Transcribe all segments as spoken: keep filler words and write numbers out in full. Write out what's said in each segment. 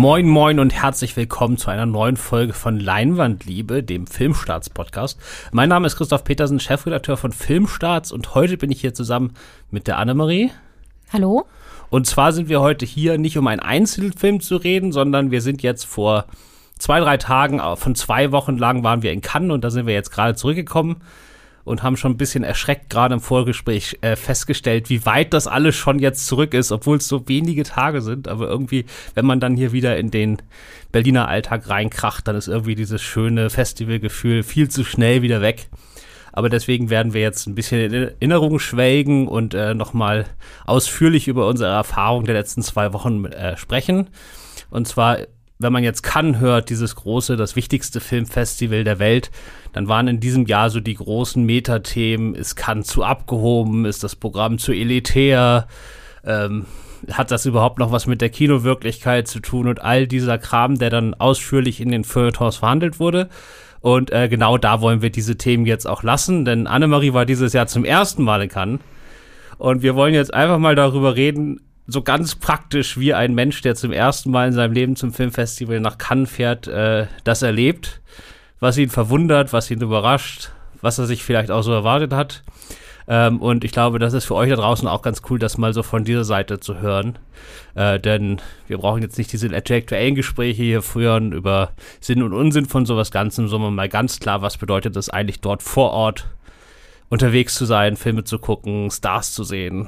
Moin moin und herzlich willkommen zu einer neuen Folge von Leinwandliebe, dem Filmstarts-Podcast. Mein Name ist Christoph Petersen, Chefredakteur von Filmstarts, und heute bin ich hier zusammen mit der Annemarie. Hallo. Und zwar sind wir heute hier nicht, um einen Einzelfilm zu reden, sondern wir sind jetzt vor zwei, drei Tagen, von zwei Wochen lang waren wir in Cannes, und da sind wir jetzt gerade zurückgekommen und haben schon ein bisschen erschreckt gerade im Vorgespräch äh, festgestellt, wie weit das alles schon jetzt zurück ist, obwohl es so wenige Tage sind. Aber irgendwie, wenn man dann hier wieder in den Berliner Alltag reinkracht, dann ist irgendwie dieses schöne Festivalgefühl viel zu schnell wieder weg. Aber deswegen werden wir jetzt ein bisschen in Erinnerung schwelgen und äh, nochmal ausführlich über unsere Erfahrung der letzten zwei Wochen äh, sprechen. Und zwar, wenn man jetzt Cannes hört, dieses große, das wichtigste Filmfestival der Welt, dann waren in diesem Jahr so die großen Metathemen: Ist Cannes zu abgehoben? Ist das Programm zu elitär? Ähm, hat das überhaupt noch was mit der Kinowirklichkeit zu tun? Und all dieser Kram, der dann ausführlich in den Feuilletons verhandelt wurde. Und äh, genau da wollen wir diese Themen jetzt auch lassen, denn Annemarie war dieses Jahr zum ersten Mal in Cannes. Und wir wollen jetzt einfach mal darüber reden, so ganz praktisch, wie ein Mensch, der zum ersten Mal in seinem Leben zum Filmfestival nach Cannes fährt, äh, das erlebt, was ihn verwundert, was ihn überrascht, was er sich vielleicht auch so erwartet hat. Ähm, und ich glaube, das ist für euch da draußen auch ganz cool, das mal so von dieser Seite zu hören. Äh, denn wir brauchen jetzt nicht diese intellektuellen Gespräche hier führen über Sinn und Unsinn von sowas Ganzem, sondern mal ganz klar, was bedeutet es eigentlich, dort vor Ort unterwegs zu sein, Filme zu gucken, Stars zu sehen.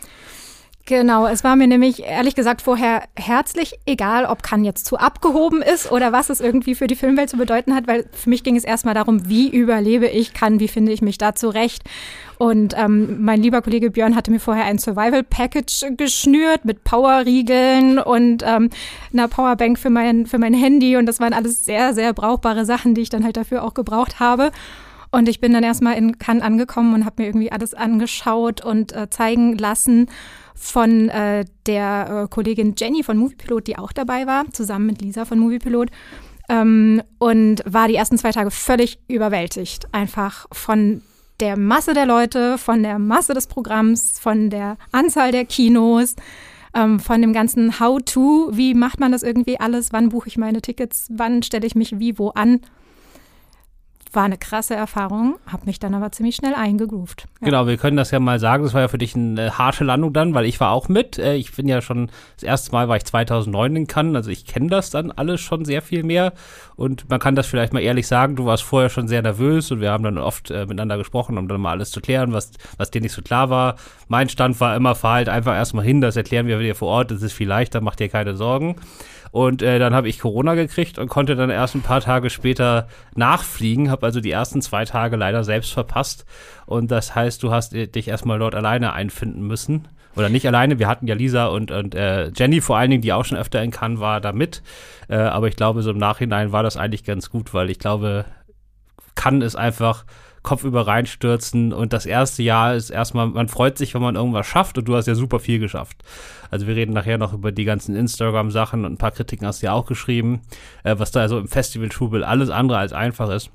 Genau, es war mir nämlich ehrlich gesagt vorher herzlich egal, ob Cannes jetzt zu abgehoben ist oder was es irgendwie für die Filmwelt zu bedeuten hat, weil für mich ging es erstmal darum, wie überlebe ich Cannes, wie finde ich mich da zurecht. Und ähm, mein lieber Kollege Björn hatte mir vorher ein Survival-Package geschnürt mit Powerriegeln und ähm, einer Powerbank für mein, für mein Handy, und das waren alles sehr, sehr brauchbare Sachen, die ich dann halt dafür auch gebraucht habe. Und ich bin dann erstmal in Cannes angekommen und habe mir irgendwie alles angeschaut und äh, zeigen lassen von äh, der äh, Kollegin Jenny von Moviepilot, die auch dabei war, zusammen mit Lisa von Moviepilot. Ähm, und war die ersten zwei Tage völlig überwältigt. Einfach von der Masse der Leute, von der Masse des Programms, von der Anzahl der Kinos, ähm, von dem ganzen How-to. Wie macht man das irgendwie alles? Wann buche ich meine Tickets? Wann stelle ich mich wie wo an? War eine krasse Erfahrung, habe mich dann aber ziemlich schnell eingegroovt. Ja. Genau, wir können das ja mal sagen, das war ja für dich eine harte Landung dann, weil ich war auch mit. Ich bin ja schon, das erste Mal war ich zweitausendneun in Cannes, also ich kenne das dann alles schon sehr viel mehr, und man kann das vielleicht mal ehrlich sagen, du warst vorher schon sehr nervös und wir haben dann oft äh, miteinander gesprochen, um dann mal alles zu klären, was, was dir nicht so klar war. Mein Stand war immer, fahr halt einfach erstmal hin, das erklären wir dir vor Ort, das ist viel leichter, mach dir keine Sorgen. Und äh, dann habe ich Corona gekriegt und konnte dann erst ein paar Tage später nachfliegen, habe also die ersten zwei Tage leider selbst verpasst. Und das heißt, du hast dich erstmal dort alleine einfinden müssen. Oder nicht alleine, wir hatten ja Lisa und, und äh, Jenny vor allen Dingen, die auch schon öfter in Cannes war, da mit. Äh, aber ich glaube, so im Nachhinein war das eigentlich ganz gut, weil ich glaube, Cannes ist einfach kopfüber reinstürzen, und das erste Jahr ist erstmal, man freut sich, wenn man irgendwas schafft, und du hast ja super viel geschafft. Also wir reden nachher noch über die ganzen Instagram-Sachen, und ein paar Kritiken hast du ja auch geschrieben, äh, was da also im Festival-Trubel alles andere als einfach ist.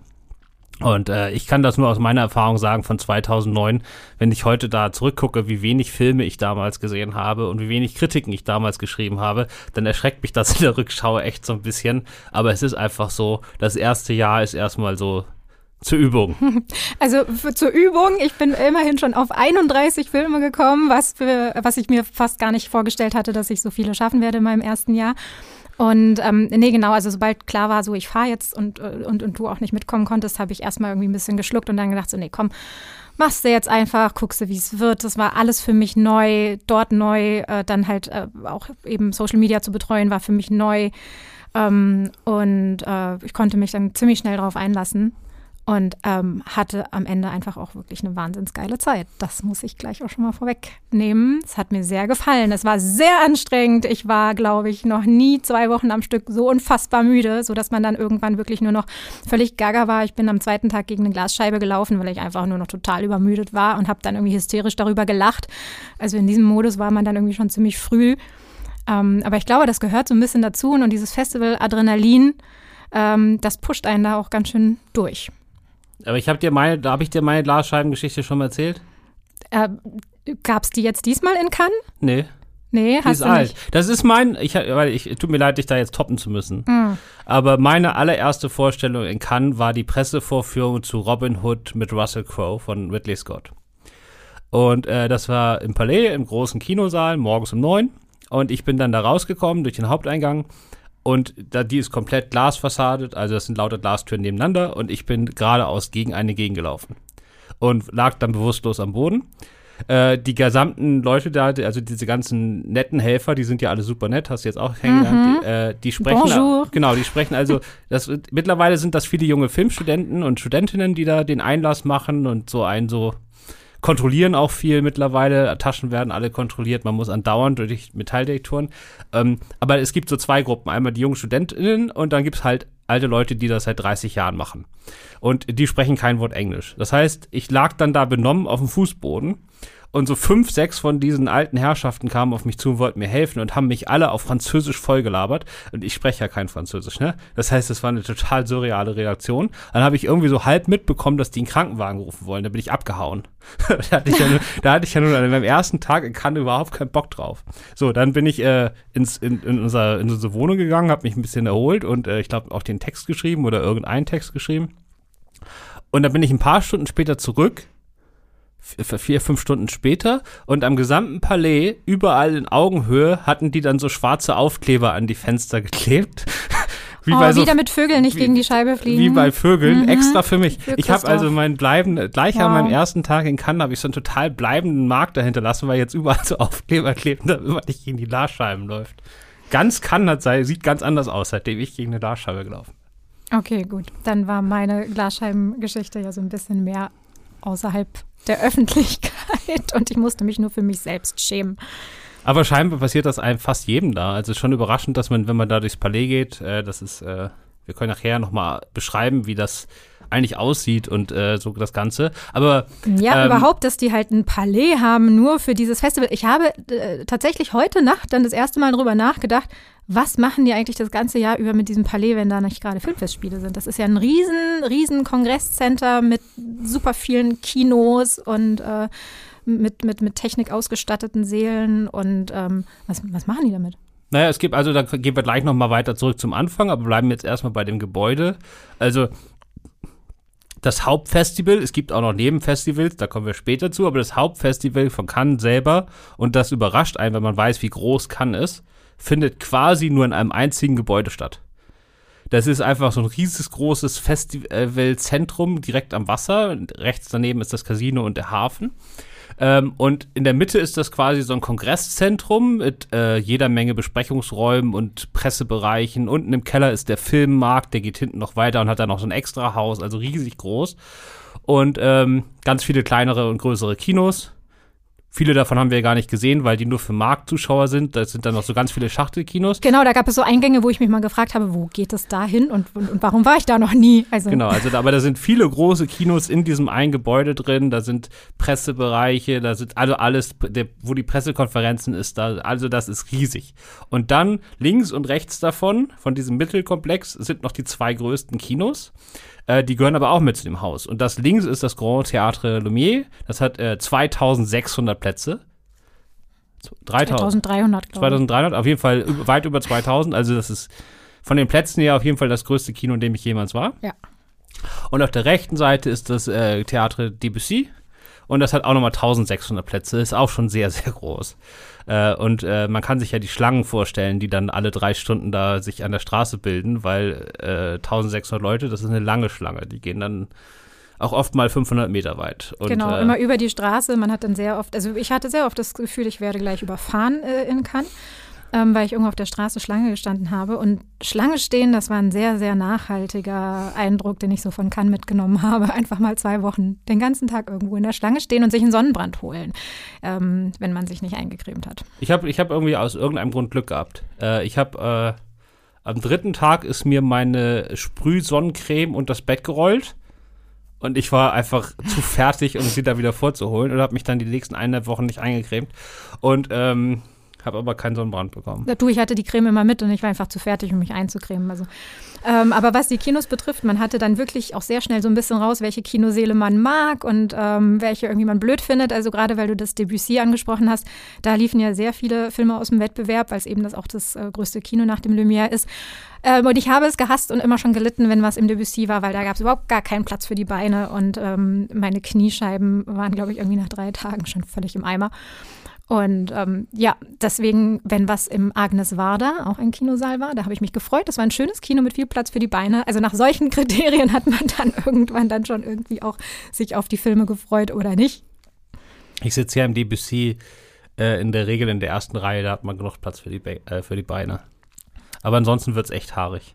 Und äh, ich kann das nur aus meiner Erfahrung sagen von zweitausendneun, wenn ich heute da zurückgucke, wie wenig Filme ich damals gesehen habe und wie wenig Kritiken ich damals geschrieben habe, dann erschreckt mich das in der Rückschau echt so ein bisschen. Aber es ist einfach so, das erste Jahr ist erstmal so zur Übung. Also für, zur Übung, ich bin immerhin schon auf einunddreißig Filme gekommen, was, für, was ich mir fast gar nicht vorgestellt hatte, dass ich so viele schaffen werde in meinem ersten Jahr. Und ähm, nee, genau, also sobald klar war, so ich fahre jetzt und, und, und du auch nicht mitkommen konntest, habe ich erstmal irgendwie ein bisschen geschluckt und dann gedacht, so nee, komm, machst du jetzt einfach, guckst du, wie es wird. Das war alles für mich neu, dort neu, äh, dann halt äh, auch eben Social Media zu betreuen, war für mich neu. Ähm, und äh, ich konnte mich dann ziemlich schnell darauf einlassen. Und ähm, hatte am Ende einfach auch wirklich eine wahnsinns geile Zeit. Das muss ich gleich auch schon mal vorwegnehmen. Es hat mir sehr gefallen. Es war sehr anstrengend. Ich war, glaube ich, noch nie zwei Wochen am Stück so unfassbar müde, sodass man dann irgendwann wirklich nur noch völlig gaga war. Ich bin am zweiten Tag gegen eine Glasscheibe gelaufen, weil ich einfach nur noch total übermüdet war und habe dann irgendwie hysterisch darüber gelacht. Also in diesem Modus war man dann irgendwie schon ziemlich früh. Ähm, aber ich glaube, das gehört so ein bisschen dazu. Und dieses Festival-Adrenalin, ähm, das pusht einen da auch ganz schön durch. Aber ich habe dir meine, da habe ich dir meine Glasscheibengeschichte schon mal erzählt? Äh, gab's die jetzt diesmal in Cannes? Nee. Nee, Die hast ist du alt. nicht. Das ist mein, ich, weil ich, tut mir leid, dich da jetzt toppen zu müssen. Mm. Aber meine allererste Vorstellung in Cannes war die Pressevorführung zu Robin Hood mit Russell Crowe von Ridley Scott. Und äh, das war im Palais, im großen Kinosaal, morgens um neun. Und ich bin dann da rausgekommen durch den Haupteingang. Und da, die ist komplett glasfassadet, also das sind lauter Glastüren nebeneinander. Und ich bin geradeaus gegen eine gegengelaufen. Und lag dann bewusstlos am Boden. Äh, die gesamten Leute da, also diese ganzen netten Helfer, die sind ja alle super nett, hast du jetzt auch kennengelernt, Mhm. die, äh, die sprechen, Bonjour. genau, die sprechen also, das, mittlerweile sind das viele junge Filmstudenten und Studentinnen, die da den Einlass machen und so einen so kontrollieren auch viel mittlerweile, Taschen werden alle kontrolliert, man muss andauernd durch Metalldetektoren, ähm, aber es gibt so zwei Gruppen, einmal die jungen Studentinnen und dann gibt es halt alte Leute, die das seit dreißig Jahren machen und die sprechen kein Wort Englisch. Das heißt, ich lag dann da benommen auf dem Fußboden und so fünf, sechs von diesen alten Herrschaften kamen auf mich zu und wollten mir helfen und haben mich alle auf Französisch vollgelabert. Und ich spreche ja kein Französisch, ne? Das heißt, es war eine total surreale Reaktion. Dann habe ich irgendwie so halb mitbekommen, dass die einen Krankenwagen rufen wollen. Da bin ich abgehauen. da, hatte ich ja nur, da hatte ich ja nun an meinem ersten Tag in Cannes überhaupt keinen Bock drauf. So, dann bin ich äh, ins, in, in, unser, in unsere Wohnung gegangen, habe mich ein bisschen erholt und äh, ich glaube auch den Text geschrieben oder irgendeinen Text geschrieben. Und dann bin ich ein paar Stunden später zurück, vier, fünf Stunden später, und am gesamten Palais, überall in Augenhöhe, hatten die dann so schwarze Aufkleber an die Fenster geklebt. Wie oh, bei so, wieder mit Vögeln nicht wie, gegen die Scheibe fliegen. Wie bei Vögeln, Mhm. extra für mich. Für ich habe Christoph. also meinen bleibenden, gleich Wow. an meinem ersten Tag in Cannes habe ich so einen total bleibenden Mark dahinter lassen, weil jetzt überall so Aufkleber kleben, damit man nicht gegen die Glasscheiben läuft. Ganz Cannes hat sei, sieht ganz anders aus, seitdem ich gegen eine Glasscheibe gelaufen bin. Okay, gut. Dann war meine Glasscheibengeschichte ja so ein bisschen mehr außerhalb der Öffentlichkeit und ich musste mich nur für mich selbst schämen. Aber scheinbar passiert das einem fast jedem da. Also es ist schon überraschend, dass man, wenn man da durchs Palais geht, äh, das ist, äh, wir können nachher nochmal beschreiben, wie das eigentlich aussieht und äh, so das Ganze. Aber Ja, ähm, überhaupt, dass die halt ein Palais haben, nur für dieses Festival. Ich habe äh, tatsächlich heute Nacht dann das erste Mal drüber nachgedacht, was machen die eigentlich das ganze Jahr über mit diesem Palais, wenn da nicht gerade Filmfestspiele sind? Das ist ja ein riesen, riesen Kongresscenter mit super vielen Kinos und äh, mit, mit, mit Technik ausgestatteten Sälen. Und ähm, was, was machen die damit? Naja, es gibt, also da gehen wir gleich nochmal weiter zurück zum Anfang, aber bleiben jetzt erstmal bei dem Gebäude. Also das Hauptfestival, es gibt auch noch Nebenfestivals, da kommen wir später zu, aber das Hauptfestival von Cannes selber, und das überrascht einen, wenn man weiß, wie groß Cannes ist, findet quasi nur in einem einzigen Gebäude statt. Das ist einfach so ein riesiges, großes Festivalzentrum direkt am Wasser. Rechts daneben ist das Casino und der Hafen. Ähm, und in der Mitte ist das quasi so ein Kongresszentrum mit äh, jeder Menge Besprechungsräumen und Pressebereichen. Unten im Keller ist der Filmmarkt, der geht hinten noch weiter und hat dann noch so ein extra Haus, also riesig groß. Und ähm, ganz viele kleinere und größere Kinos. Viele davon haben wir gar nicht gesehen, weil die nur für Marktzuschauer sind. Da sind dann noch so ganz viele Schachtelkinos. Genau, da gab es so Eingänge, wo ich mich mal gefragt habe, wo geht es da hin und, und, und warum war ich da noch nie? Also Genau, also da, aber da sind viele große Kinos in diesem einen Gebäude drin. Da sind Pressebereiche, da sind also alles, der, wo die Pressekonferenzen ist, da, also das ist riesig. Und dann links und rechts davon, von diesem Mittelkomplex, sind noch die zwei größten Kinos. Äh, die gehören aber auch mit zu dem Haus. Und das links ist das Grand Théâtre Lumière. Das hat äh, zweitausendsechshundert Plätze. dreitausend. zweitausenddreihundert, glaube ich. zweitausenddreihundert, auf jeden Fall über, weit über zweitausend. Also das ist von den Plätzen her auf jeden Fall das größte Kino, in dem ich jemals war. Ja. Und auf der rechten Seite ist das äh, Théâtre Debussy. Und das hat auch nochmal eintausendsechshundert Plätze. Ist auch schon sehr, sehr groß. Äh, und äh, man kann sich ja die Schlangen vorstellen, die dann alle drei Stunden da sich an der Straße bilden, weil äh, eintausendsechshundert Leute, das ist eine lange Schlange. Die gehen dann auch oft mal fünfhundert Meter weit. Und, genau, äh, immer über die Straße. Man hat dann sehr oft, also ich hatte sehr oft das Gefühl, ich werde gleich überfahren äh, in Cannes, ähm, weil ich irgendwo auf der Straße Schlange gestanden habe. Und Schlange stehen, das war ein sehr, sehr nachhaltiger Eindruck, den ich so von Cannes mitgenommen habe. Einfach mal zwei Wochen den ganzen Tag irgendwo in der Schlange stehen und sich einen Sonnenbrand holen, ähm, wenn man sich nicht eingecremt hat. Ich habe ich hab irgendwie aus irgendeinem Grund Glück gehabt. Äh, ich habe äh, am dritten Tag ist mir meine Sprühsonnencreme und das Bett gerollt. Und ich war einfach zu fertig, um sie da wieder vorzuholen und habe mich dann die nächsten eineinhalb Wochen nicht eingecremt. Und ähm, Habe aber keinen Sonnenbrand bekommen. Du, ich hatte die Creme immer mit und ich war einfach zu fertig, um mich einzucremen. Also, ähm, aber was die Kinos betrifft, man hatte dann wirklich auch sehr schnell so ein bisschen raus, welche Kinosäle man mag und ähm, welche irgendwie man blöd findet. Also gerade, weil du das Debussy angesprochen hast, da liefen ja sehr viele Filme aus dem Wettbewerb, weil es eben das auch das äh, größte Kino nach dem Lumière ist. Ähm, und ich habe es gehasst und immer schon gelitten, wenn was im Debussy war, weil da gab es überhaupt gar keinen Platz für die Beine und ähm, meine Kniescheiben waren, glaube ich, irgendwie nach drei Tagen schon völlig im Eimer. Und ähm, ja, deswegen, wenn was im Agnes Varda, auch ein Kinosaal war, da habe ich mich gefreut. Das war ein schönes Kino mit viel Platz für die Beine. Also nach solchen Kriterien hat man dann irgendwann dann schon irgendwie auch sich auf die Filme gefreut oder nicht. Ich sitze ja im Debussy äh, in der Regel in der ersten Reihe, da hat man genug Platz für die, Be- äh, für die Beine. Aber ansonsten wird es echt haarig.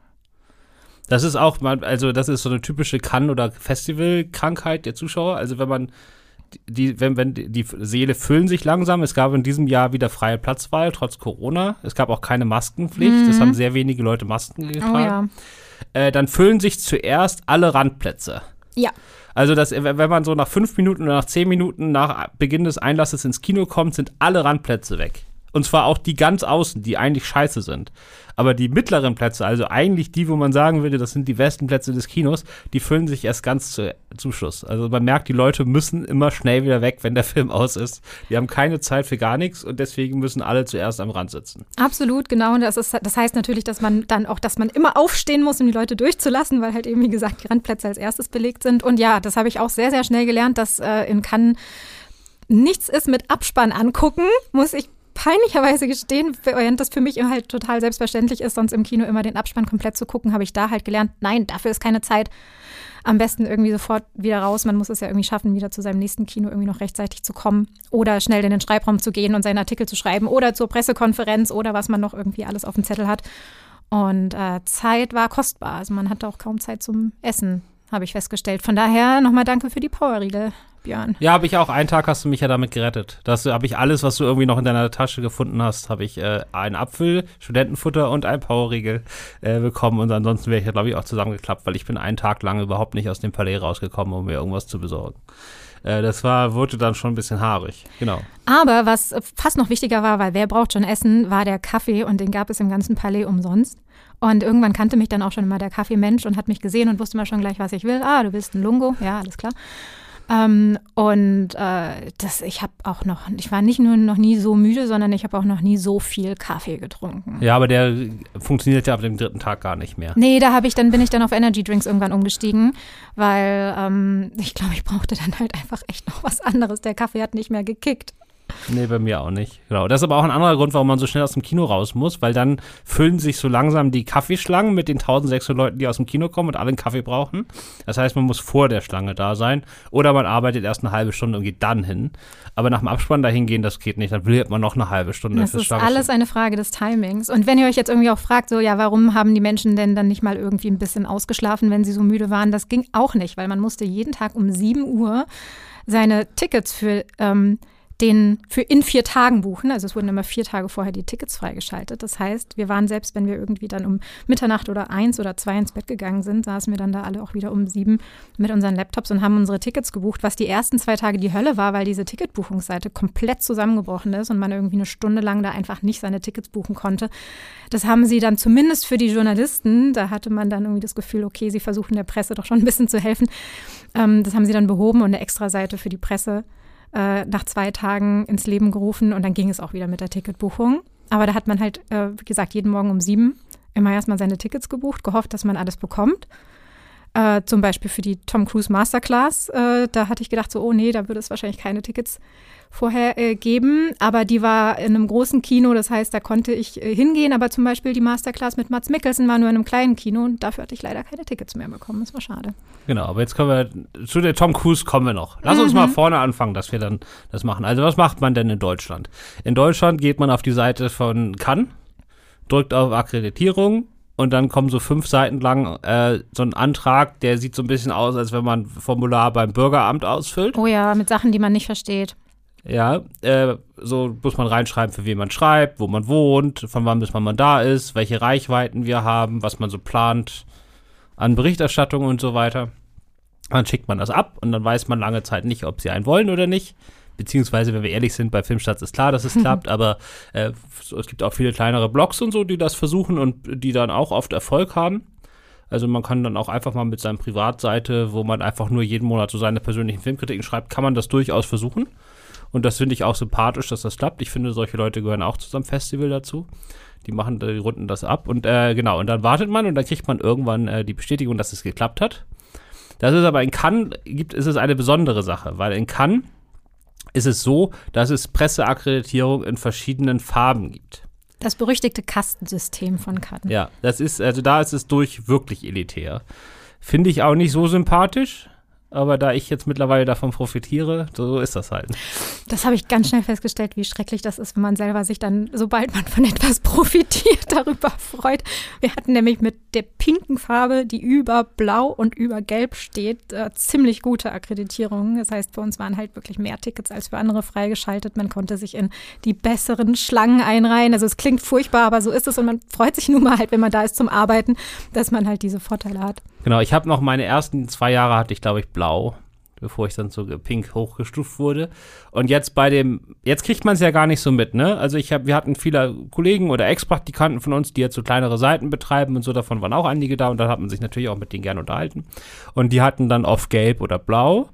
Das ist auch mal, also das ist so eine typische Cannes- oder Festivalkrankheit der Zuschauer. Also wenn man Die, wenn, wenn die Säle füllen sich langsam. Es gab in diesem Jahr wieder freie Platzwahl, trotz Corona. Es gab auch keine Maskenpflicht. Mhm. Es haben sehr wenige Leute Masken getragen. Oh, ja. äh, dann füllen sich zuerst alle Randplätze. Ja. Also, dass, wenn man so nach fünf Minuten oder nach zehn Minuten nach Beginn des Einlasses ins Kino kommt, sind alle Randplätze weg. Und zwar auch die ganz außen, die eigentlich scheiße sind. Aber die mittleren Plätze, also eigentlich die, wo man sagen würde, das sind die besten Plätze des Kinos, die füllen sich erst ganz zu, zum Schluss. Also man merkt, die Leute müssen immer schnell wieder weg, wenn der Film aus ist. Die haben keine Zeit für gar nichts und deswegen müssen alle zuerst am Rand sitzen. Absolut, genau. Und das, ist, das heißt natürlich, dass man dann auch, dass man immer aufstehen muss, um die Leute durchzulassen, weil halt eben, wie gesagt, die Randplätze als erstes belegt sind. Und ja, das habe ich auch sehr, sehr schnell gelernt, dass äh, in Cannes nichts ist mit Abspann angucken, muss ich peinlicherweise gestehen, während das für mich halt total selbstverständlich ist, sonst im Kino immer den Abspann komplett zu gucken, habe ich da halt gelernt, nein, dafür ist keine Zeit. Am besten irgendwie sofort wieder raus. Man muss es ja irgendwie schaffen, wieder zu seinem nächsten Kino irgendwie noch rechtzeitig zu kommen oder schnell in den Schreibraum zu gehen und seinen Artikel zu schreiben oder zur Pressekonferenz oder was man noch irgendwie alles auf dem Zettel hat. Und äh, Zeit war kostbar. Also man hatte auch kaum Zeit zum Essen, habe ich festgestellt. Von daher nochmal danke für die Powerriegel, Björn. Ja, habe ich auch. Einen Tag hast du mich ja damit gerettet. Das habe ich alles, was du irgendwie noch in deiner Tasche gefunden hast, habe ich äh, einen Apfel, Studentenfutter und ein Powerriegel äh, bekommen. Und ansonsten wäre ich ja, glaube ich, auch zusammengeklappt, weil ich bin einen Tag lang überhaupt nicht aus dem Palais rausgekommen, um mir irgendwas zu besorgen. Äh, das war, wurde dann schon ein bisschen haarig, genau. Aber was fast noch wichtiger war, weil wer braucht schon Essen, war der Kaffee und den gab es im ganzen Palais umsonst. Und irgendwann kannte mich dann auch schon immer der Kaffeemensch und hat mich gesehen und wusste mal schon gleich, was ich will. Ah, du willst ein Lungo? Ja, alles klar. Ähm, und äh, das, ich habe auch noch, ich war nicht nur noch nie so müde, sondern ich habe auch noch nie so viel Kaffee getrunken. Ja, aber der funktioniert ja ab dem dritten Tag gar nicht mehr. Nee, da habe ich dann bin ich dann auf Energy Drinks irgendwann umgestiegen, weil ähm, ich glaube, ich brauchte dann halt einfach echt noch was anderes. Der Kaffee hat nicht mehr gekickt. Nee, bei mir auch nicht. Genau. Das ist aber auch ein anderer Grund, warum man so schnell aus dem Kino raus muss, weil dann füllen sich so langsam die Kaffeeschlangen mit den eintausendsechshundert Leuten, die aus dem Kino kommen und alle einen Kaffee brauchen. Das heißt, man muss vor der Schlange da sein oder man arbeitet erst eine halbe Stunde und geht dann hin. Aber nach dem Abspann dahin gehen, das geht nicht. Dann will man noch eine halbe Stunde. Das ist alles eine Frage des Timings. Und wenn ihr euch jetzt irgendwie auch fragt, so ja, warum haben die Menschen denn dann nicht mal irgendwie ein bisschen ausgeschlafen, wenn sie so müde waren? Das ging auch nicht, weil man musste jeden Tag um sieben Uhr seine Tickets für ähm, den für in vier Tagen buchen. Also es wurden immer vier Tage vorher die Tickets freigeschaltet. Das heißt, wir waren selbst, wenn wir irgendwie dann um Mitternacht oder eins oder zwei ins Bett gegangen sind, saßen wir dann da alle auch wieder um sieben mit unseren Laptops und haben unsere Tickets gebucht, was die ersten zwei Tage die Hölle war, weil diese Ticketbuchungsseite komplett zusammengebrochen ist und man irgendwie eine Stunde lang da einfach nicht seine Tickets buchen konnte. Das haben sie dann zumindest für die Journalisten, da hatte man dann irgendwie das Gefühl, okay, sie versuchen der Presse doch schon ein bisschen zu helfen. Ähm, das haben sie dann behoben und eine Extra-Seite für die Presse nach zwei Tagen ins Leben gerufen und dann ging es auch wieder mit der Ticketbuchung. Aber da hat man halt, äh, wie gesagt, jeden Morgen um sieben immer erstmal seine Tickets gebucht, gehofft, dass man alles bekommt. Äh, zum Beispiel für die Tom Cruise Masterclass. Äh, da hatte ich gedacht, so, oh nee, da würde es wahrscheinlich keine Tickets vorher äh, geben. Aber die war in einem großen Kino, das heißt, da konnte ich äh, hingehen. Aber zum Beispiel die Masterclass mit Mads Mikkelsen war nur in einem kleinen Kino und dafür hatte ich leider keine Tickets mehr bekommen. Das war schade. Genau, aber jetzt kommen wir, zu der Tom Cruise kommen wir noch. Lass uns mhm. mal vorne anfangen, dass wir dann das machen. Also was macht man denn in Deutschland? In Deutschland geht man auf die Seite von Cannes, drückt auf Akkreditierung und dann kommen so fünf Seiten lang äh, so ein Antrag, der sieht so ein bisschen aus, als wenn man ein Formular beim Bürgeramt ausfüllt. Oh ja, mit Sachen, die man nicht versteht. Ja, äh, so muss man reinschreiben, für wen man schreibt, wo man wohnt, von wann bis wann man da ist, welche Reichweiten wir haben, was man so plant an Berichterstattung und so weiter. Dann schickt man das ab und dann weiß man lange Zeit nicht, ob sie einen wollen oder nicht. beziehungsweise, wenn wir ehrlich sind, bei Filmstarts ist klar, dass es klappt, aber äh, es gibt auch viele kleinere Blogs und so, die das versuchen und die dann auch oft Erfolg haben. Also man kann dann auch einfach mal mit seiner Privatseite, wo man einfach nur jeden Monat so seine persönlichen Filmkritiken schreibt, kann man das durchaus versuchen. Und das finde ich auch sympathisch, dass das klappt. Ich finde, solche Leute gehören auch zu so einem Festival dazu. Die machen, die runden das ab. Und äh, genau, und dann wartet man und dann kriegt man irgendwann äh, die Bestätigung, dass es geklappt hat. Das ist aber in Cannes, gibt, ist es eine besondere Sache, weil in Cannes ist es so, dass es Presseakkreditierung in verschiedenen Farben gibt. Das berüchtigte Kastensystem von Cannes. Ja, das ist, also da ist es durch wirklich elitär. Finde ich auch nicht so sympathisch, aber da ich jetzt mittlerweile davon profitiere, so ist das halt. Das habe ich ganz schnell festgestellt, wie schrecklich das ist, wenn man selber sich dann, sobald man von etwas profitiert, darüber freut. Wir hatten nämlich mit der pinken Farbe, die über Blau und über Gelb steht, äh, ziemlich gute Akkreditierungen. Das heißt, für uns waren halt wirklich mehr Tickets als für andere freigeschaltet. Man konnte sich in die besseren Schlangen einreihen. Also es klingt furchtbar, aber so ist es und man freut sich nun mal halt, wenn man da ist zum Arbeiten, dass man halt diese Vorteile hat. Genau, ich habe noch meine ersten zwei Jahre hatte ich, glaube ich, blau, bevor ich dann so pink hochgestuft wurde. Und jetzt bei dem, jetzt kriegt man es ja gar nicht so mit, ne? Also ich habe, wir hatten viele Kollegen oder Ex-Praktikanten von uns, die jetzt so kleinere Seiten betreiben und so, davon waren auch einige da und da hat man sich natürlich auch mit denen gerne unterhalten. Und die hatten dann oft gelb oder blau.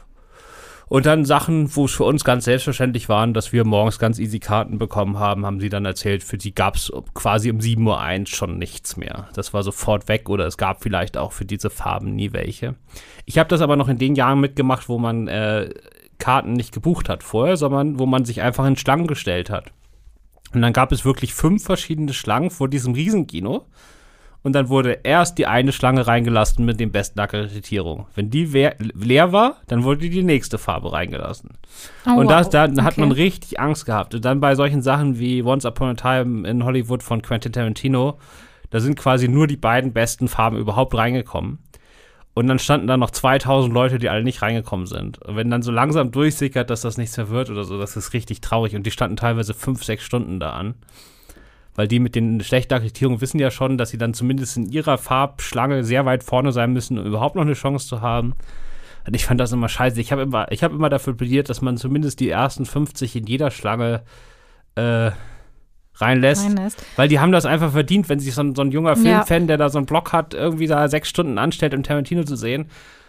Und dann Sachen, wo es für uns ganz selbstverständlich waren, dass wir morgens ganz easy Karten bekommen haben, haben sie dann erzählt, für die gab es quasi um sieben Uhr eins schon nichts mehr. Das war sofort weg oder es gab vielleicht auch für diese Farben nie welche. Ich habe das aber noch in den Jahren mitgemacht, wo man äh, Karten nicht gebucht hat vorher, sondern wo man sich einfach in Schlangen gestellt hat. Und dann gab es wirklich fünf verschiedene Schlangen vor diesem Riesenkino. Und dann wurde erst die eine Schlange reingelassen mit den besten Akkreditierungen. Wenn die we- leer war, dann wurde die nächste Farbe reingelassen. Oh, und das, da okay. hat man richtig Angst gehabt. Und dann bei solchen Sachen wie Once Upon a Time in Hollywood von Quentin Tarantino, da sind quasi nur die beiden besten Farben überhaupt reingekommen. Und dann standen da noch zweitausend Leute, die alle nicht reingekommen sind. Und wenn dann so langsam durchsickert, dass das nichts mehr wird oder so, das ist richtig traurig. Und die standen teilweise fünf, sechs Stunden da an. Weil die mit den schlechten Akkreditierungen wissen ja schon, dass sie dann zumindest in ihrer Farbschlange sehr weit vorne sein müssen, um überhaupt noch eine Chance zu haben. Und ich fand das immer scheiße. Ich habe immer, ich hab immer dafür plädiert, dass man zumindest die ersten fünfzig in jeder Schlange äh, reinlässt. reinlässt. Weil die haben das einfach verdient, wenn sich so ein, so ein junger Filmfan, ja. der da so einen Blog hat, irgendwie da sechs Stunden anstellt, um Tarantino zu sehen.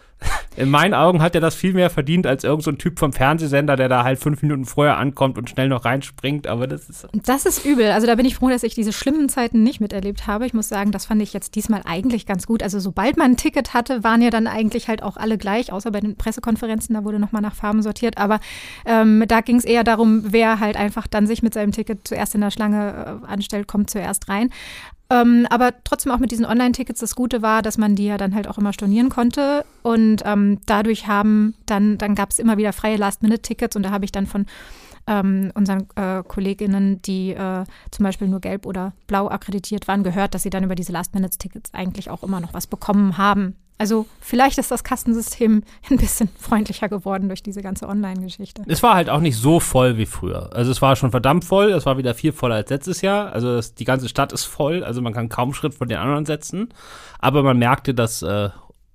In meinen Augen hat er das viel mehr verdient als irgend so ein Typ vom Fernsehsender, der da halt fünf Minuten vorher ankommt und schnell noch reinspringt, aber das ist... Das ist übel. Also da bin ich froh, dass ich diese schlimmen Zeiten nicht miterlebt habe. Ich muss sagen, das fand ich jetzt diesmal eigentlich ganz gut. Also sobald man ein Ticket hatte, waren ja dann eigentlich halt auch alle gleich, außer bei den Pressekonferenzen, da wurde nochmal nach Farben sortiert. Aber ähm, da ging es eher darum, wer halt einfach dann sich mit seinem Ticket zuerst in der Schlange äh, anstellt, kommt zuerst rein. Ähm, aber trotzdem auch mit diesen Online-Tickets, das Gute war, dass man die ja dann halt auch immer stornieren konnte und ähm, dadurch haben dann, dann gab es immer wieder freie Last-Minute-Tickets und da habe ich dann von ähm, unseren äh, KollegInnen, die äh, zum Beispiel nur gelb oder blau akkreditiert waren, gehört, dass sie dann über diese Last-Minute-Tickets eigentlich auch immer noch was bekommen haben. Also vielleicht ist das Kastensystem ein bisschen freundlicher geworden durch diese ganze Online-Geschichte. Es war halt auch nicht so voll wie früher. Also es war schon verdammt voll, es war wieder viel voller als letztes Jahr. Also das, die ganze Stadt ist voll, also man kann kaum Schritt von den anderen setzen. Aber man merkte, dass äh,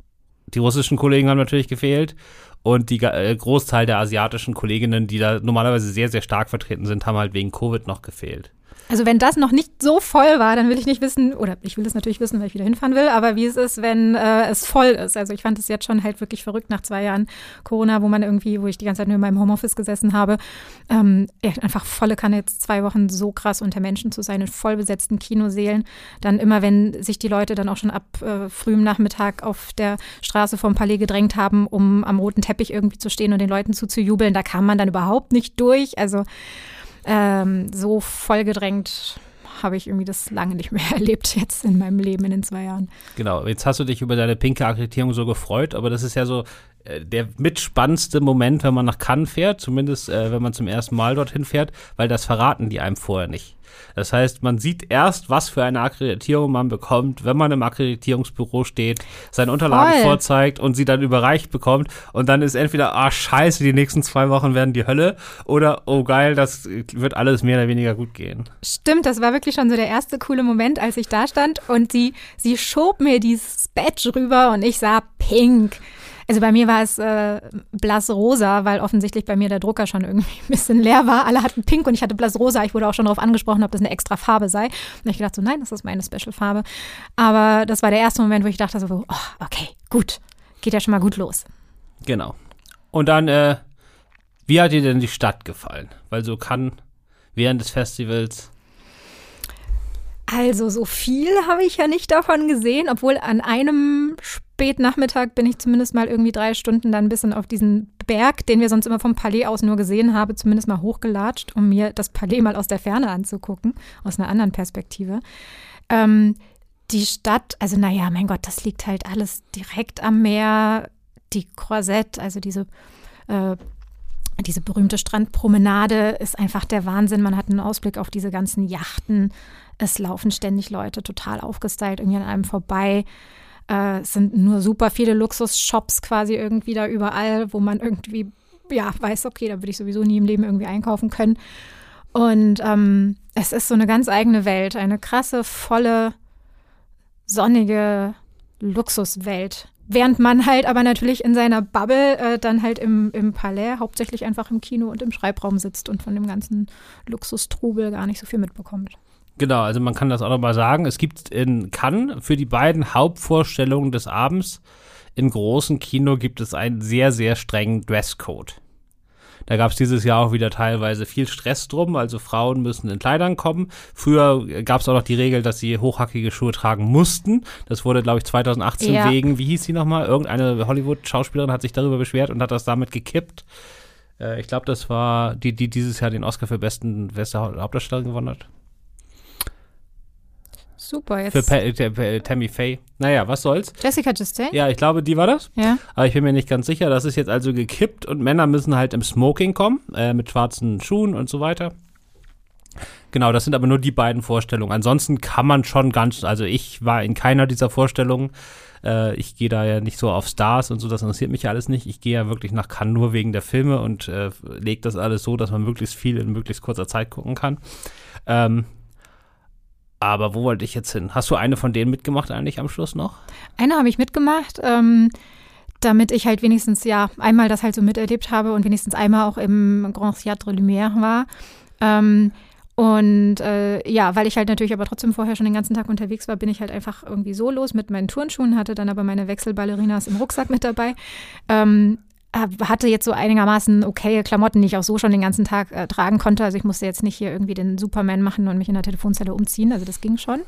die russischen Kollegen haben natürlich gefehlt und die äh, Großteil der asiatischen Kolleginnen, die da normalerweise sehr, sehr stark vertreten sind, haben halt wegen Covid noch gefehlt. Also wenn das noch nicht so voll war, dann will ich nicht wissen, oder ich will es natürlich wissen, weil ich wieder hinfahren will, aber wie es ist, wenn äh, es voll ist. Also ich fand es jetzt schon halt wirklich verrückt nach zwei Jahren Corona, wo man irgendwie, wo ich die ganze Zeit nur in meinem Homeoffice gesessen habe, ähm, ja, einfach volle Kanne jetzt zwei Wochen so krass unter Menschen zu sein in voll besetzten Kinosälen. Dann immer, wenn sich die Leute dann auch schon ab äh, frühem Nachmittag auf der Straße vorm Palais gedrängt haben, um am roten Teppich irgendwie zu stehen und den Leuten zuzujubeln, da kam man dann überhaupt nicht durch. Also Ähm, so vollgedränängt habe ich irgendwie das lange nicht mehr erlebt jetzt in meinem Leben in den zwei Jahren. Genau, jetzt hast du dich über deine pinke Akkreditierung so gefreut, aber das ist ja so äh, der mitspannendste Moment, wenn man nach Cannes fährt, zumindest äh, wenn man zum ersten Mal dorthin fährt, weil das verraten die einem vorher nicht. Das heißt, man sieht erst, was für eine Akkreditierung man bekommt, wenn man im Akkreditierungsbüro steht, seine Unterlagen Voll. vorzeigt und sie dann überreicht bekommt. Und dann ist entweder, ah, scheiße, die nächsten zwei Wochen werden die Hölle oder, oh geil, das wird alles mehr oder weniger gut gehen. Stimmt, das war wirklich schon so der erste coole Moment, als ich da stand und sie, sie schob mir dieses Badge rüber und ich sah pink. Also bei mir war es äh, blassrosa, weil offensichtlich bei mir der Drucker schon irgendwie ein bisschen leer war. Alle hatten pink und ich hatte blassrosa. Ich wurde auch schon darauf angesprochen, ob das eine extra Farbe sei. Und ich dachte so, nein, das ist meine Special-Farbe. Aber das war der erste Moment, wo ich dachte so, oh, okay, gut, geht ja schon mal gut los. Genau. Und dann, äh, wie hat dir denn die Stadt gefallen? Weil so kann während des Festivals... Also so viel habe ich ja nicht davon gesehen, obwohl an einem Spätnachmittag bin ich zumindest mal irgendwie drei Stunden dann ein bisschen auf diesen Berg, den wir sonst immer vom Palais aus nur gesehen haben, zumindest mal hochgelatscht, um mir das Palais mal aus der Ferne anzugucken, aus einer anderen Perspektive. Ähm, die Stadt, also naja, mein Gott, das liegt halt alles direkt am Meer. Die Croisette, also diese äh, diese berühmte Strandpromenade ist einfach der Wahnsinn. Man hat einen Ausblick auf diese ganzen Yachten. Es laufen ständig Leute, total aufgestylt, irgendwie an einem vorbei. Äh, es sind nur super viele Luxusshops quasi irgendwie da überall, wo man irgendwie, ja, weiß, okay, da würde ich sowieso nie im Leben irgendwie einkaufen können. Und ähm, es ist so eine ganz eigene Welt, eine krasse, volle, sonnige Luxuswelt. Während man halt aber natürlich in seiner Bubble äh, dann halt im, im Palais, hauptsächlich einfach im Kino und im Schreibraum sitzt und von dem ganzen Luxustrubel gar nicht so viel mitbekommt. Genau, also man kann das auch nochmal sagen. Es gibt in Cannes für die beiden Hauptvorstellungen des Abends im großen Kino gibt es einen sehr, sehr strengen Dresscode. Da gab es dieses Jahr auch wieder teilweise viel Stress drum, also Frauen müssen in Kleidern kommen. Früher gab es auch noch die Regel, dass sie hochhackige Schuhe tragen mussten. Das wurde, glaube ich, zwanzig achtzehn ja. wegen, wie hieß sie nochmal? Irgendeine Hollywood-Schauspielerin hat sich darüber beschwert und hat das damit gekippt. Äh, ich glaube, das war die, die dieses Jahr den Oscar für besten beste Hauptdarstellerin gewonnen hat. Super, jetzt. Für pa- t- t- Tammy Faye. Naja, was soll's? Jessica Chastain? Ja, ich glaube, die war das. Ja. Aber ich bin mir nicht ganz sicher. Das ist jetzt also gekippt und Männer müssen halt im Smoking kommen, äh, mit schwarzen Schuhen und so weiter. Genau, das sind aber nur die beiden Vorstellungen. Ansonsten kann man schon ganz, also ich war in keiner dieser Vorstellungen. Äh, ich gehe da ja nicht so auf Stars und so, das interessiert mich ja alles nicht. Ich gehe ja wirklich nach Cannes nur wegen der Filme und äh, lege das alles so, dass man möglichst viel in möglichst kurzer Zeit gucken kann. Ähm, Aber wo wollte ich jetzt hin? Hast du eine von denen mitgemacht eigentlich am Schluss noch? Eine habe ich mitgemacht, ähm, damit ich halt wenigstens ja einmal das halt so miterlebt habe und wenigstens einmal auch im Grand Théâtre Lumière war. Ähm, und äh, ja, weil ich halt natürlich aber trotzdem vorher schon den ganzen Tag unterwegs war, bin ich halt einfach irgendwie so los mit meinen Turnschuhen, hatte dann aber meine Wechselballerinas im Rucksack mit dabei. Ähm, hatte jetzt so einigermaßen okaye Klamotten, die ich auch so schon den ganzen Tag äh, tragen konnte. Also ich musste jetzt nicht hier irgendwie den Superman machen und mich in der Telefonzelle umziehen. Also das ging schon.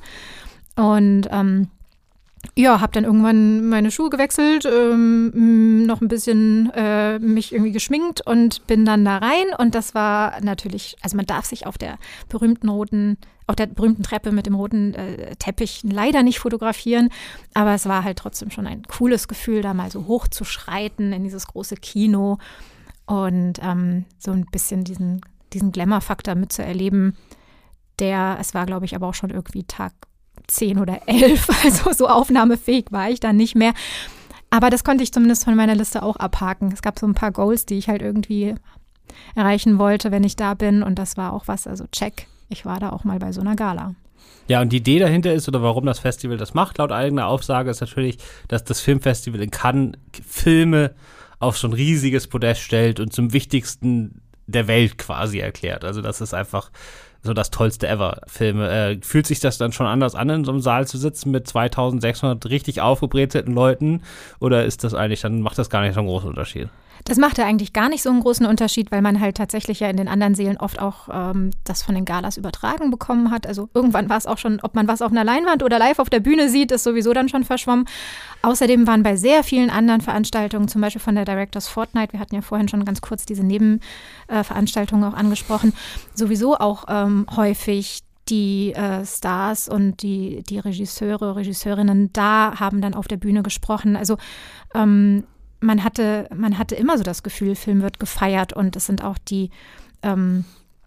Und ähm, ja, habe dann irgendwann meine Schuhe gewechselt, ähm, noch ein bisschen äh, mich irgendwie geschminkt und bin dann da rein. Und das war natürlich, also man darf sich auf der berühmten roten, auf der berühmten Treppe mit dem roten äh, Teppich leider nicht fotografieren. Aber es war halt trotzdem schon ein cooles Gefühl, da mal so hoch zu schreiten in dieses große Kino und ähm, so ein bisschen diesen, diesen Glamour-Faktor mitzuerleben. Der, es war, glaube ich, aber auch schon irgendwie Tag zehn oder elf, also so aufnahmefähig war ich dann nicht mehr. Aber das konnte ich zumindest von meiner Liste auch abhaken. Es gab so ein paar Goals, die ich halt irgendwie erreichen wollte, wenn ich da bin. Und das war auch was, also check, ich war da auch mal bei so einer Gala. Ja, und die Idee dahinter ist, oder warum das Festival das macht, laut eigener Aussage, ist natürlich, dass das Filmfestival in Cannes Filme auf so ein riesiges Podest stellt und zum wichtigsten der Welt quasi erklärt. Also das ist einfach so das tollste ever Filme. Äh, fühlt sich das dann schon anders an, in so einem Saal zu sitzen mit zweitausendsechshundert richtig aufgebrezelten Leuten? Oder ist das eigentlich, dann macht das gar nicht so einen großen Unterschied? Das macht ja eigentlich gar nicht so einen großen Unterschied, weil man halt tatsächlich ja in den anderen Sälen oft auch ähm, das von den Galas übertragen bekommen hat. Also irgendwann war es auch schon, ob man was auf einer Leinwand oder live auf der Bühne sieht, ist sowieso dann schon verschwommen. Außerdem waren bei sehr vielen anderen Veranstaltungen, zum Beispiel von der Directors Fortnight, wir hatten ja vorhin schon ganz kurz diese Nebenveranstaltungen auch angesprochen, sowieso auch ähm, häufig die äh, Stars und die, die Regisseure, Regisseurinnen da haben dann auf der Bühne gesprochen. Also ähm, Man hatte, man hatte immer so das Gefühl, Film wird gefeiert und es sind auch die, ähm,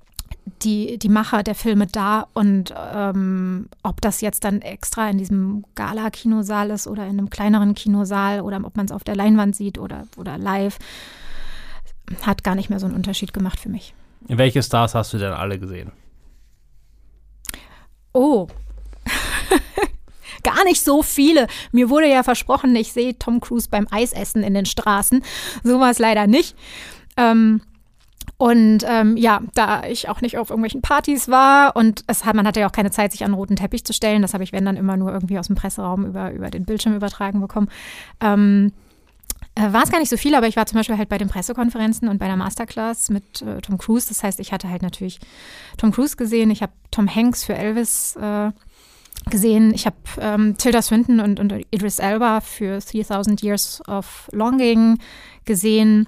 die, die Macher der Filme da und ähm, ob das jetzt dann extra in diesem Gala-Kinosaal ist oder in einem kleineren Kinosaal oder ob man es auf der Leinwand sieht oder, oder live, hat gar nicht mehr so einen Unterschied gemacht für mich. Welche Stars hast du denn alle gesehen? Oh, gar nicht so viele. Mir wurde ja versprochen, ich sehe Tom Cruise beim Eisessen in den Straßen. So war es leider nicht. Ähm, Und ähm, ja, da ich auch nicht auf irgendwelchen Partys war und es hat, man hatte ja auch keine Zeit, sich an einen roten Teppich zu stellen, das habe ich, wenn dann immer nur irgendwie aus dem Presseraum über, über den Bildschirm übertragen bekommen, ähm, äh, war es gar nicht so viel, aber ich war zum Beispiel halt bei den Pressekonferenzen und bei der Masterclass mit äh, Tom Cruise. Das heißt, ich hatte halt natürlich Tom Cruise gesehen, ich habe Tom Hanks für Elvis äh, gesehen, ich habe ähm, Tilda Swinton und, und Idris Elba für three thousand Years of Longing gesehen.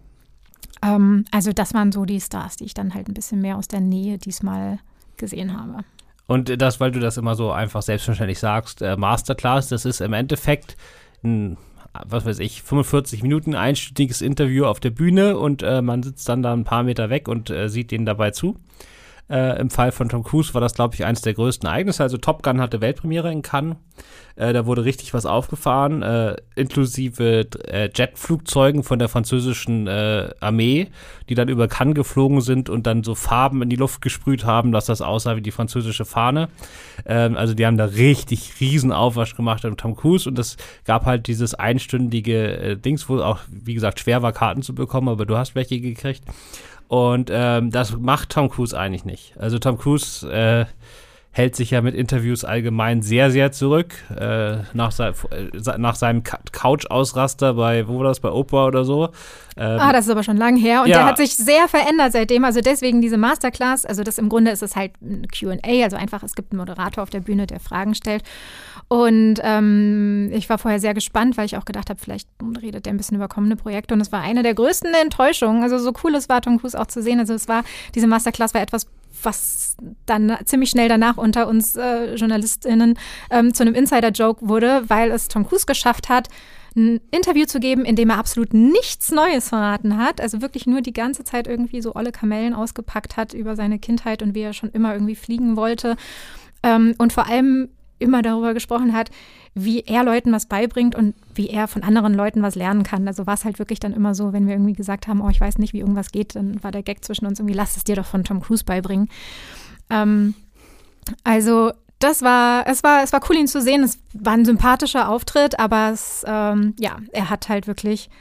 Ähm, also das waren so die Stars, die ich dann halt ein bisschen mehr aus der Nähe diesmal gesehen habe. Und das, weil du das immer so einfach selbstverständlich sagst, äh, Masterclass, das ist im Endeffekt ein, was weiß ich, fünfundvierzig Minuten einstündiges Interview auf der Bühne und äh, man sitzt dann da ein paar Meter weg und äh, sieht denen dabei zu. Äh, Im Fall von Tom Cruise war das, glaube ich, eines der größten Ereignisse. Also Top Gun hatte Weltpremiere in Cannes. Äh, da wurde richtig was aufgefahren, äh, inklusive äh, Jetflugzeugen von der französischen äh, Armee, die dann über Cannes geflogen sind und dann so Farben in die Luft gesprüht haben, dass das aussah wie die französische Fahne. Ähm, also die haben da richtig riesen Aufwasch gemacht an Tom Cruise und es gab halt dieses einstündige äh, Dings, wo auch, wie gesagt, schwer war, Karten zu bekommen, aber du hast welche gekriegt. Und ähm, das macht Tom Cruise eigentlich nicht. Also Tom Cruise äh, hält sich ja mit Interviews allgemein sehr, sehr zurück. Äh, nach, sein, äh, nach seinem Couch-Ausraster bei, wo war das, bei Oprah oder so. Ähm, ah, das ist aber schon lang her. Und ja. der hat sich sehr verändert seitdem. Also deswegen diese Masterclass. Also das im Grunde ist es halt ein Q and A. Also einfach, es gibt einen Moderator auf der Bühne, der Fragen stellt. Und ähm, ich war vorher sehr gespannt, weil ich auch gedacht habe, vielleicht redet der ein bisschen über kommende Projekte. Und es war eine der größten Enttäuschungen. Also so cool es war, Tom Cruise auch zu sehen. Also es war, diese Masterclass war etwas, was dann ziemlich schnell danach unter uns äh, JournalistInnen ähm, zu einem Insider-Joke wurde, weil es Tom Cruise geschafft hat, ein Interview zu geben, in dem er absolut nichts Neues verraten hat. Also wirklich nur die ganze Zeit irgendwie so olle Kamellen ausgepackt hat über seine Kindheit und wie er schon immer irgendwie fliegen wollte. Ähm, und vor allem immer darüber gesprochen hat, wie er Leuten was beibringt und wie er von anderen Leuten was lernen kann. Also war es halt wirklich dann immer so, wenn wir irgendwie gesagt haben, oh, ich weiß nicht, wie irgendwas geht, dann war der Gag zwischen uns irgendwie, lass es dir doch von Tom Cruise beibringen. Ähm, also das war, es war, es war cool, ihn zu sehen. Es war ein sympathischer Auftritt, aber es, ähm, ja, er hat halt wirklich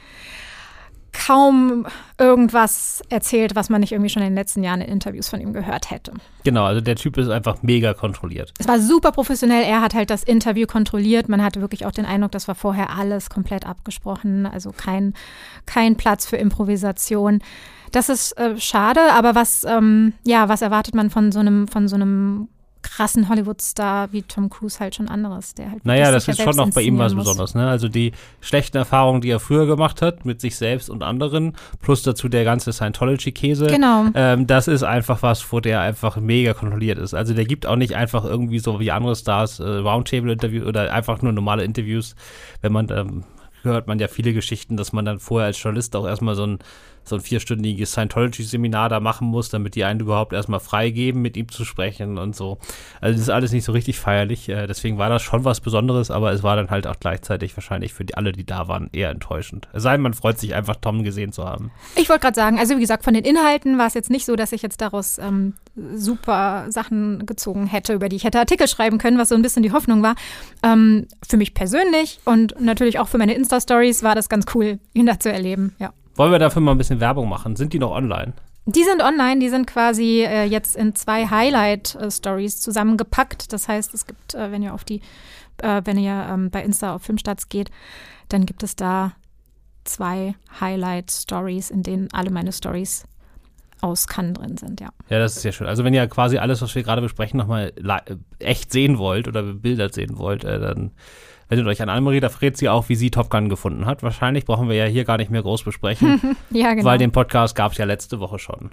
kaum irgendwas erzählt, was man nicht irgendwie schon in den letzten Jahren in Interviews von ihm gehört hätte. Genau, also der Typ ist einfach mega kontrolliert. Es war super professionell, er hat halt das Interview kontrolliert, man hatte wirklich auch den Eindruck, das war vorher alles komplett abgesprochen, also kein, kein Platz für Improvisation. Das ist äh, schade, aber was, ähm, ja, was erwartet man von so einem, von so einem krassen Hollywood-Star wie Tom Cruise halt schon anderes, der halt naja, das ist schon noch bei ihm was muss. Besonderes, ne? Also die schlechten Erfahrungen, die er früher gemacht hat mit sich selbst und anderen, plus dazu der ganze Scientology-Käse. Genau. Ähm, das ist einfach was, wo der einfach mega kontrolliert ist. Also der gibt auch nicht einfach irgendwie so wie andere Stars äh, Roundtable-Interviews oder einfach nur normale Interviews. Wenn man, ähm, hört man ja viele Geschichten, dass man dann vorher als Journalist auch erstmal so ein so ein vierstündiges Scientology-Seminar da machen muss, damit die einen überhaupt erstmal freigeben, mit ihm zu sprechen und so. Also das ist alles nicht so richtig feierlich, deswegen war das schon was Besonderes, aber es war dann halt auch gleichzeitig wahrscheinlich für die, alle, die da waren, eher enttäuschend. Es sei denn, man freut sich einfach, Tom gesehen zu haben. Ich wollte gerade sagen, also wie gesagt, von den Inhalten war es jetzt nicht so, dass ich jetzt daraus ähm, super Sachen gezogen hätte, über die ich hätte Artikel schreiben können, was so ein bisschen die Hoffnung war. Ähm, für mich persönlich und natürlich auch für meine Insta-Stories war das ganz cool, ihn da zu erleben, ja. Wollen wir dafür mal ein bisschen Werbung machen? Sind die noch online? Die sind online, die sind quasi äh, jetzt in zwei Highlight-Stories zusammengepackt. Das heißt, es gibt, äh, wenn ihr auf die, äh, wenn ihr ähm, bei Insta auf Filmstarts geht, dann gibt es da zwei Highlight-Stories, in denen alle meine Stories aus Cannes drin sind, ja. Ja, das ist ja schön. Also wenn ihr quasi alles, was wir gerade besprechen, nochmal echt sehen wollt oder bebildert sehen wollt, äh, dann wendet euch an Annemarie, da verrät sie auch, wie sie Top Gun gefunden hat. Wahrscheinlich brauchen wir ja hier gar nicht mehr groß besprechen, ja, genau. Weil den Podcast gab es ja letzte Woche schon.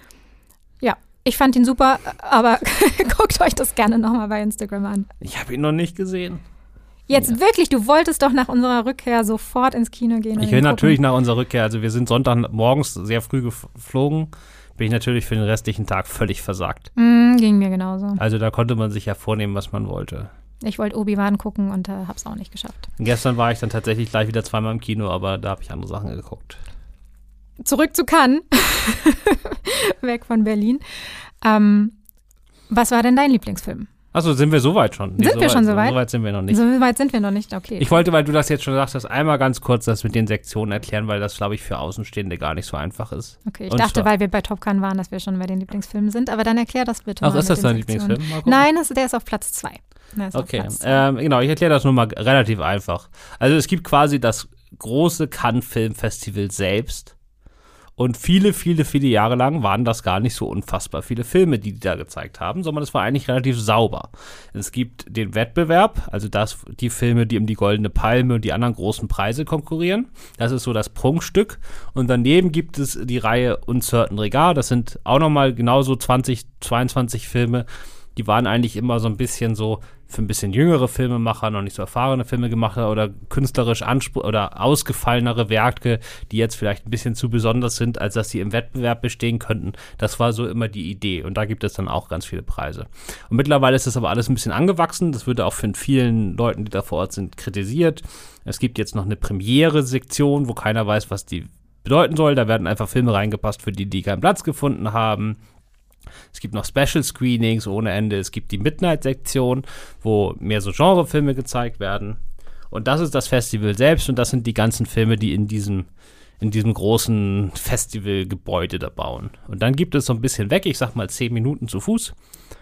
Ja, ich fand ihn super, aber guckt euch das gerne nochmal bei Instagram an. Ich habe ihn noch nicht gesehen. Jetzt ja. Wirklich, du wolltest doch nach unserer Rückkehr sofort ins Kino gehen. Ich will natürlich nach unserer Rückkehr, also wir sind Sonntagmorgens sehr früh geflogen, bin ich natürlich für den restlichen Tag völlig versagt. Mm, ging mir genauso. Also da konnte man sich ja vornehmen, was man wollte. Ich wollte Obi-Wan gucken und äh, hab's auch nicht geschafft. Und gestern war ich dann tatsächlich gleich wieder zweimal im Kino, aber da habe ich andere Sachen geguckt. Zurück zu Cannes, weg von Berlin. Ähm, was war denn dein Lieblingsfilm? Achso, sind wir soweit schon? Nee, sind so wir weit, schon soweit? So weit sind wir noch nicht. So weit sind wir noch nicht, okay. Ich wollte, weil du das jetzt schon gesagt hast, einmal ganz kurz das mit den Sektionen erklären, weil das, glaube ich, für Außenstehende gar nicht so einfach ist. Okay, ich Und dachte, zwar, weil wir bei Top Gun waren, dass wir schon bei den Lieblingsfilmen sind, aber dann erklär das bitte Ach, mal. ist das dein Lieblingsfilm? Nein, das, der ist auf Platz zwei. Okay, ähm, genau, ich erkläre das nur mal relativ einfach. Also es gibt quasi das große Cannes Film Festival selbst. Und viele, viele, viele Jahre lang waren das gar nicht so unfassbar viele Filme, die die da gezeigt haben, sondern es war eigentlich relativ sauber. Es gibt den Wettbewerb, also das, die Filme, die um die Goldene Palme und die anderen großen Preise konkurrieren. Das ist so das Prunkstück. Und daneben gibt es die Reihe Uncertain Regard. Das sind auch nochmal genauso zwanzig, zweiundzwanzig Filme. Die waren eigentlich immer so ein bisschen so für ein bisschen jüngere Filmemacher, noch nicht so erfahrene Filme gemacht oder künstlerisch anspruch oder ausgefallenere Werke, die jetzt vielleicht ein bisschen zu besonders sind, als dass sie im Wettbewerb bestehen könnten. Das war so immer die Idee und da gibt es dann auch ganz viele Preise. Und mittlerweile ist das aber alles ein bisschen angewachsen. Das wird auch von vielen Leuten, die da vor Ort sind, kritisiert. Es gibt jetzt noch eine Premiere-Sektion, wo keiner weiß, was die bedeuten soll. Da werden einfach Filme reingepasst, für die die keinen Platz gefunden haben. Es gibt noch Special Screenings ohne Ende. Es gibt die Midnight-Sektion, wo mehr so Genrefilme gezeigt werden. Und das ist das Festival selbst und das sind die ganzen Filme, die in diesem, in diesem großen Festivalgebäude da bauen. Und dann gibt es so ein bisschen weg, ich sag mal zehn Minuten zu Fuß.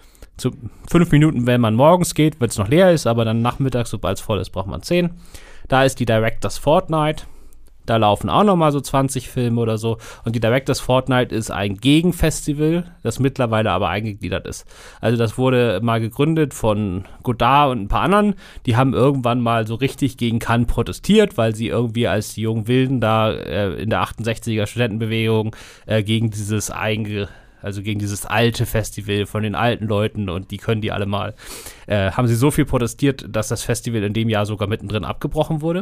Zu fünf Minuten, wenn man morgens geht, wenn es noch leer ist, aber dann nachmittags, sobald es voll ist, braucht man zehn. Da ist die Directors Fortnight. Da laufen auch noch mal so zwanzig Filme oder so. Und die Directors Fortnight ist ein Gegenfestival, das mittlerweile aber eingegliedert ist. Also das wurde mal gegründet von Godard und ein paar anderen. Die haben irgendwann mal so richtig gegen Cannes protestiert, weil sie irgendwie als die jungen Wilden da äh, in der achtundsechziger Studentenbewegung äh, gegen dieses einge also gegen dieses alte Festival von den alten Leuten und die können die alle mal, äh, haben sie so viel protestiert, dass das Festival in dem Jahr sogar mittendrin abgebrochen wurde.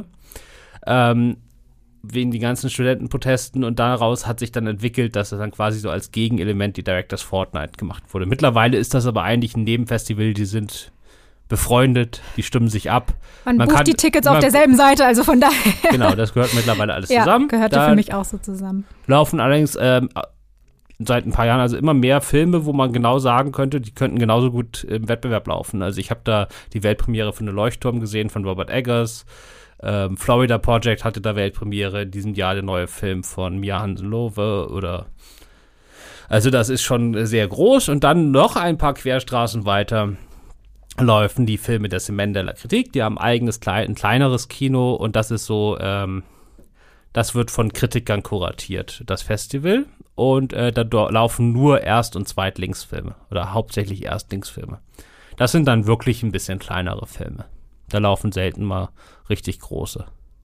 Ähm, wegen die ganzen Studentenprotesten und daraus hat sich dann entwickelt, dass es dann quasi so als Gegenelement die Directors Fortnight gemacht wurde. Mittlerweile ist das aber eigentlich ein Nebenfestival, die sind befreundet, die stimmen sich ab. Man, man bucht kann, die Tickets auf derselben Seite, also von daher. Genau, das gehört mittlerweile alles ja, zusammen. Gehörte da für mich auch so zusammen. Laufen allerdings ähm, seit ein paar Jahren also immer mehr Filme, wo man genau sagen könnte, die könnten genauso gut im Wettbewerb laufen. Also ich habe da die Weltpremiere von «Der Leuchtturm» gesehen, von Robert Eggers. Ähm, Florida Project hatte da Weltpremiere, in diesem Jahr der neue Film von Mia Hansen-Lowe oder also das ist schon sehr groß und dann noch ein paar Querstraßen weiter laufen die Filme der Semaine de la Critique, die haben ein eigenes, klein, ein kleineres Kino und das ist so, ähm, das wird von Kritikern kuratiert, das Festival und äh, da do- laufen nur Erst- und Zweitlingsfilme oder hauptsächlich Erstlingsfilme. Das sind dann wirklich ein bisschen kleinere Filme. Da laufen selten mal richtig große.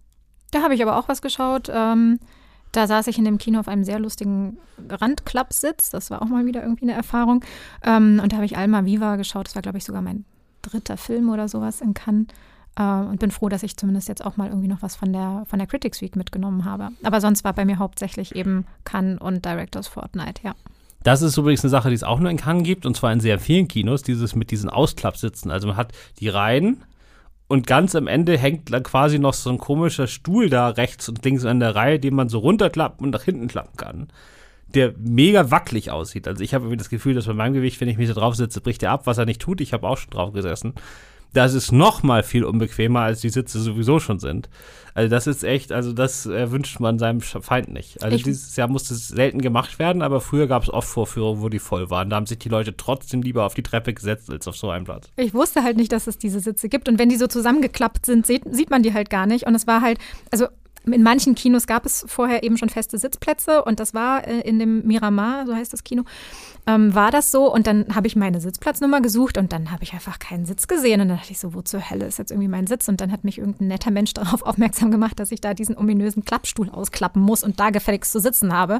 Da habe ich aber auch was geschaut. Ähm, da saß ich in dem Kino auf einem sehr lustigen Randklappsitz. Das war auch mal wieder irgendwie eine Erfahrung. Ähm, und da habe ich Alma Viva geschaut. Das war, glaube ich, sogar mein dritter Film oder sowas in Cannes. Äh, und bin froh, dass ich zumindest jetzt auch mal irgendwie noch was von der, von der Critics Week mitgenommen habe. Aber sonst war bei mir hauptsächlich eben Cannes und Directors Fortnight, ja. Das ist übrigens eine Sache, die es auch nur in Cannes gibt. Und zwar in sehr vielen Kinos, dieses mit diesen Ausklappsitzen. Also man hat die Reihen. Und ganz am Ende hängt dann quasi noch so ein komischer Stuhl da rechts und links an der Reihe, den man so runterklappen und nach hinten klappen kann, der mega wackelig aussieht. Also ich habe irgendwie das Gefühl, dass bei meinem Gewicht, wenn ich mich da drauf sitze, bricht er ab, was er nicht tut. Ich habe auch schon drauf gesessen. Das ist noch mal viel unbequemer, als die Sitze sowieso schon sind. Also das ist echt, also das äh, wünscht man seinem Feind nicht. Also ich dieses Jahr musste es selten gemacht werden, aber früher gab es oft Vorführungen, wo die voll waren. Da haben sich die Leute trotzdem lieber auf die Treppe gesetzt, als auf so einem Platz. Ich wusste halt nicht, dass es diese Sitze gibt. Und wenn die so zusammengeklappt sind, sieht, sieht man die halt gar nicht. Und es war halt, also in manchen Kinos gab es vorher eben schon feste Sitzplätze und das war äh, in dem Miramar, so heißt das Kino, ähm, war das so und dann habe ich meine Sitzplatznummer gesucht und dann habe ich einfach keinen Sitz gesehen und dann dachte ich so, wo zur Hölle ist jetzt irgendwie mein Sitz und dann hat mich irgendein netter Mensch darauf aufmerksam gemacht, dass ich da diesen ominösen Klappstuhl ausklappen muss und da gefälligst zu sitzen habe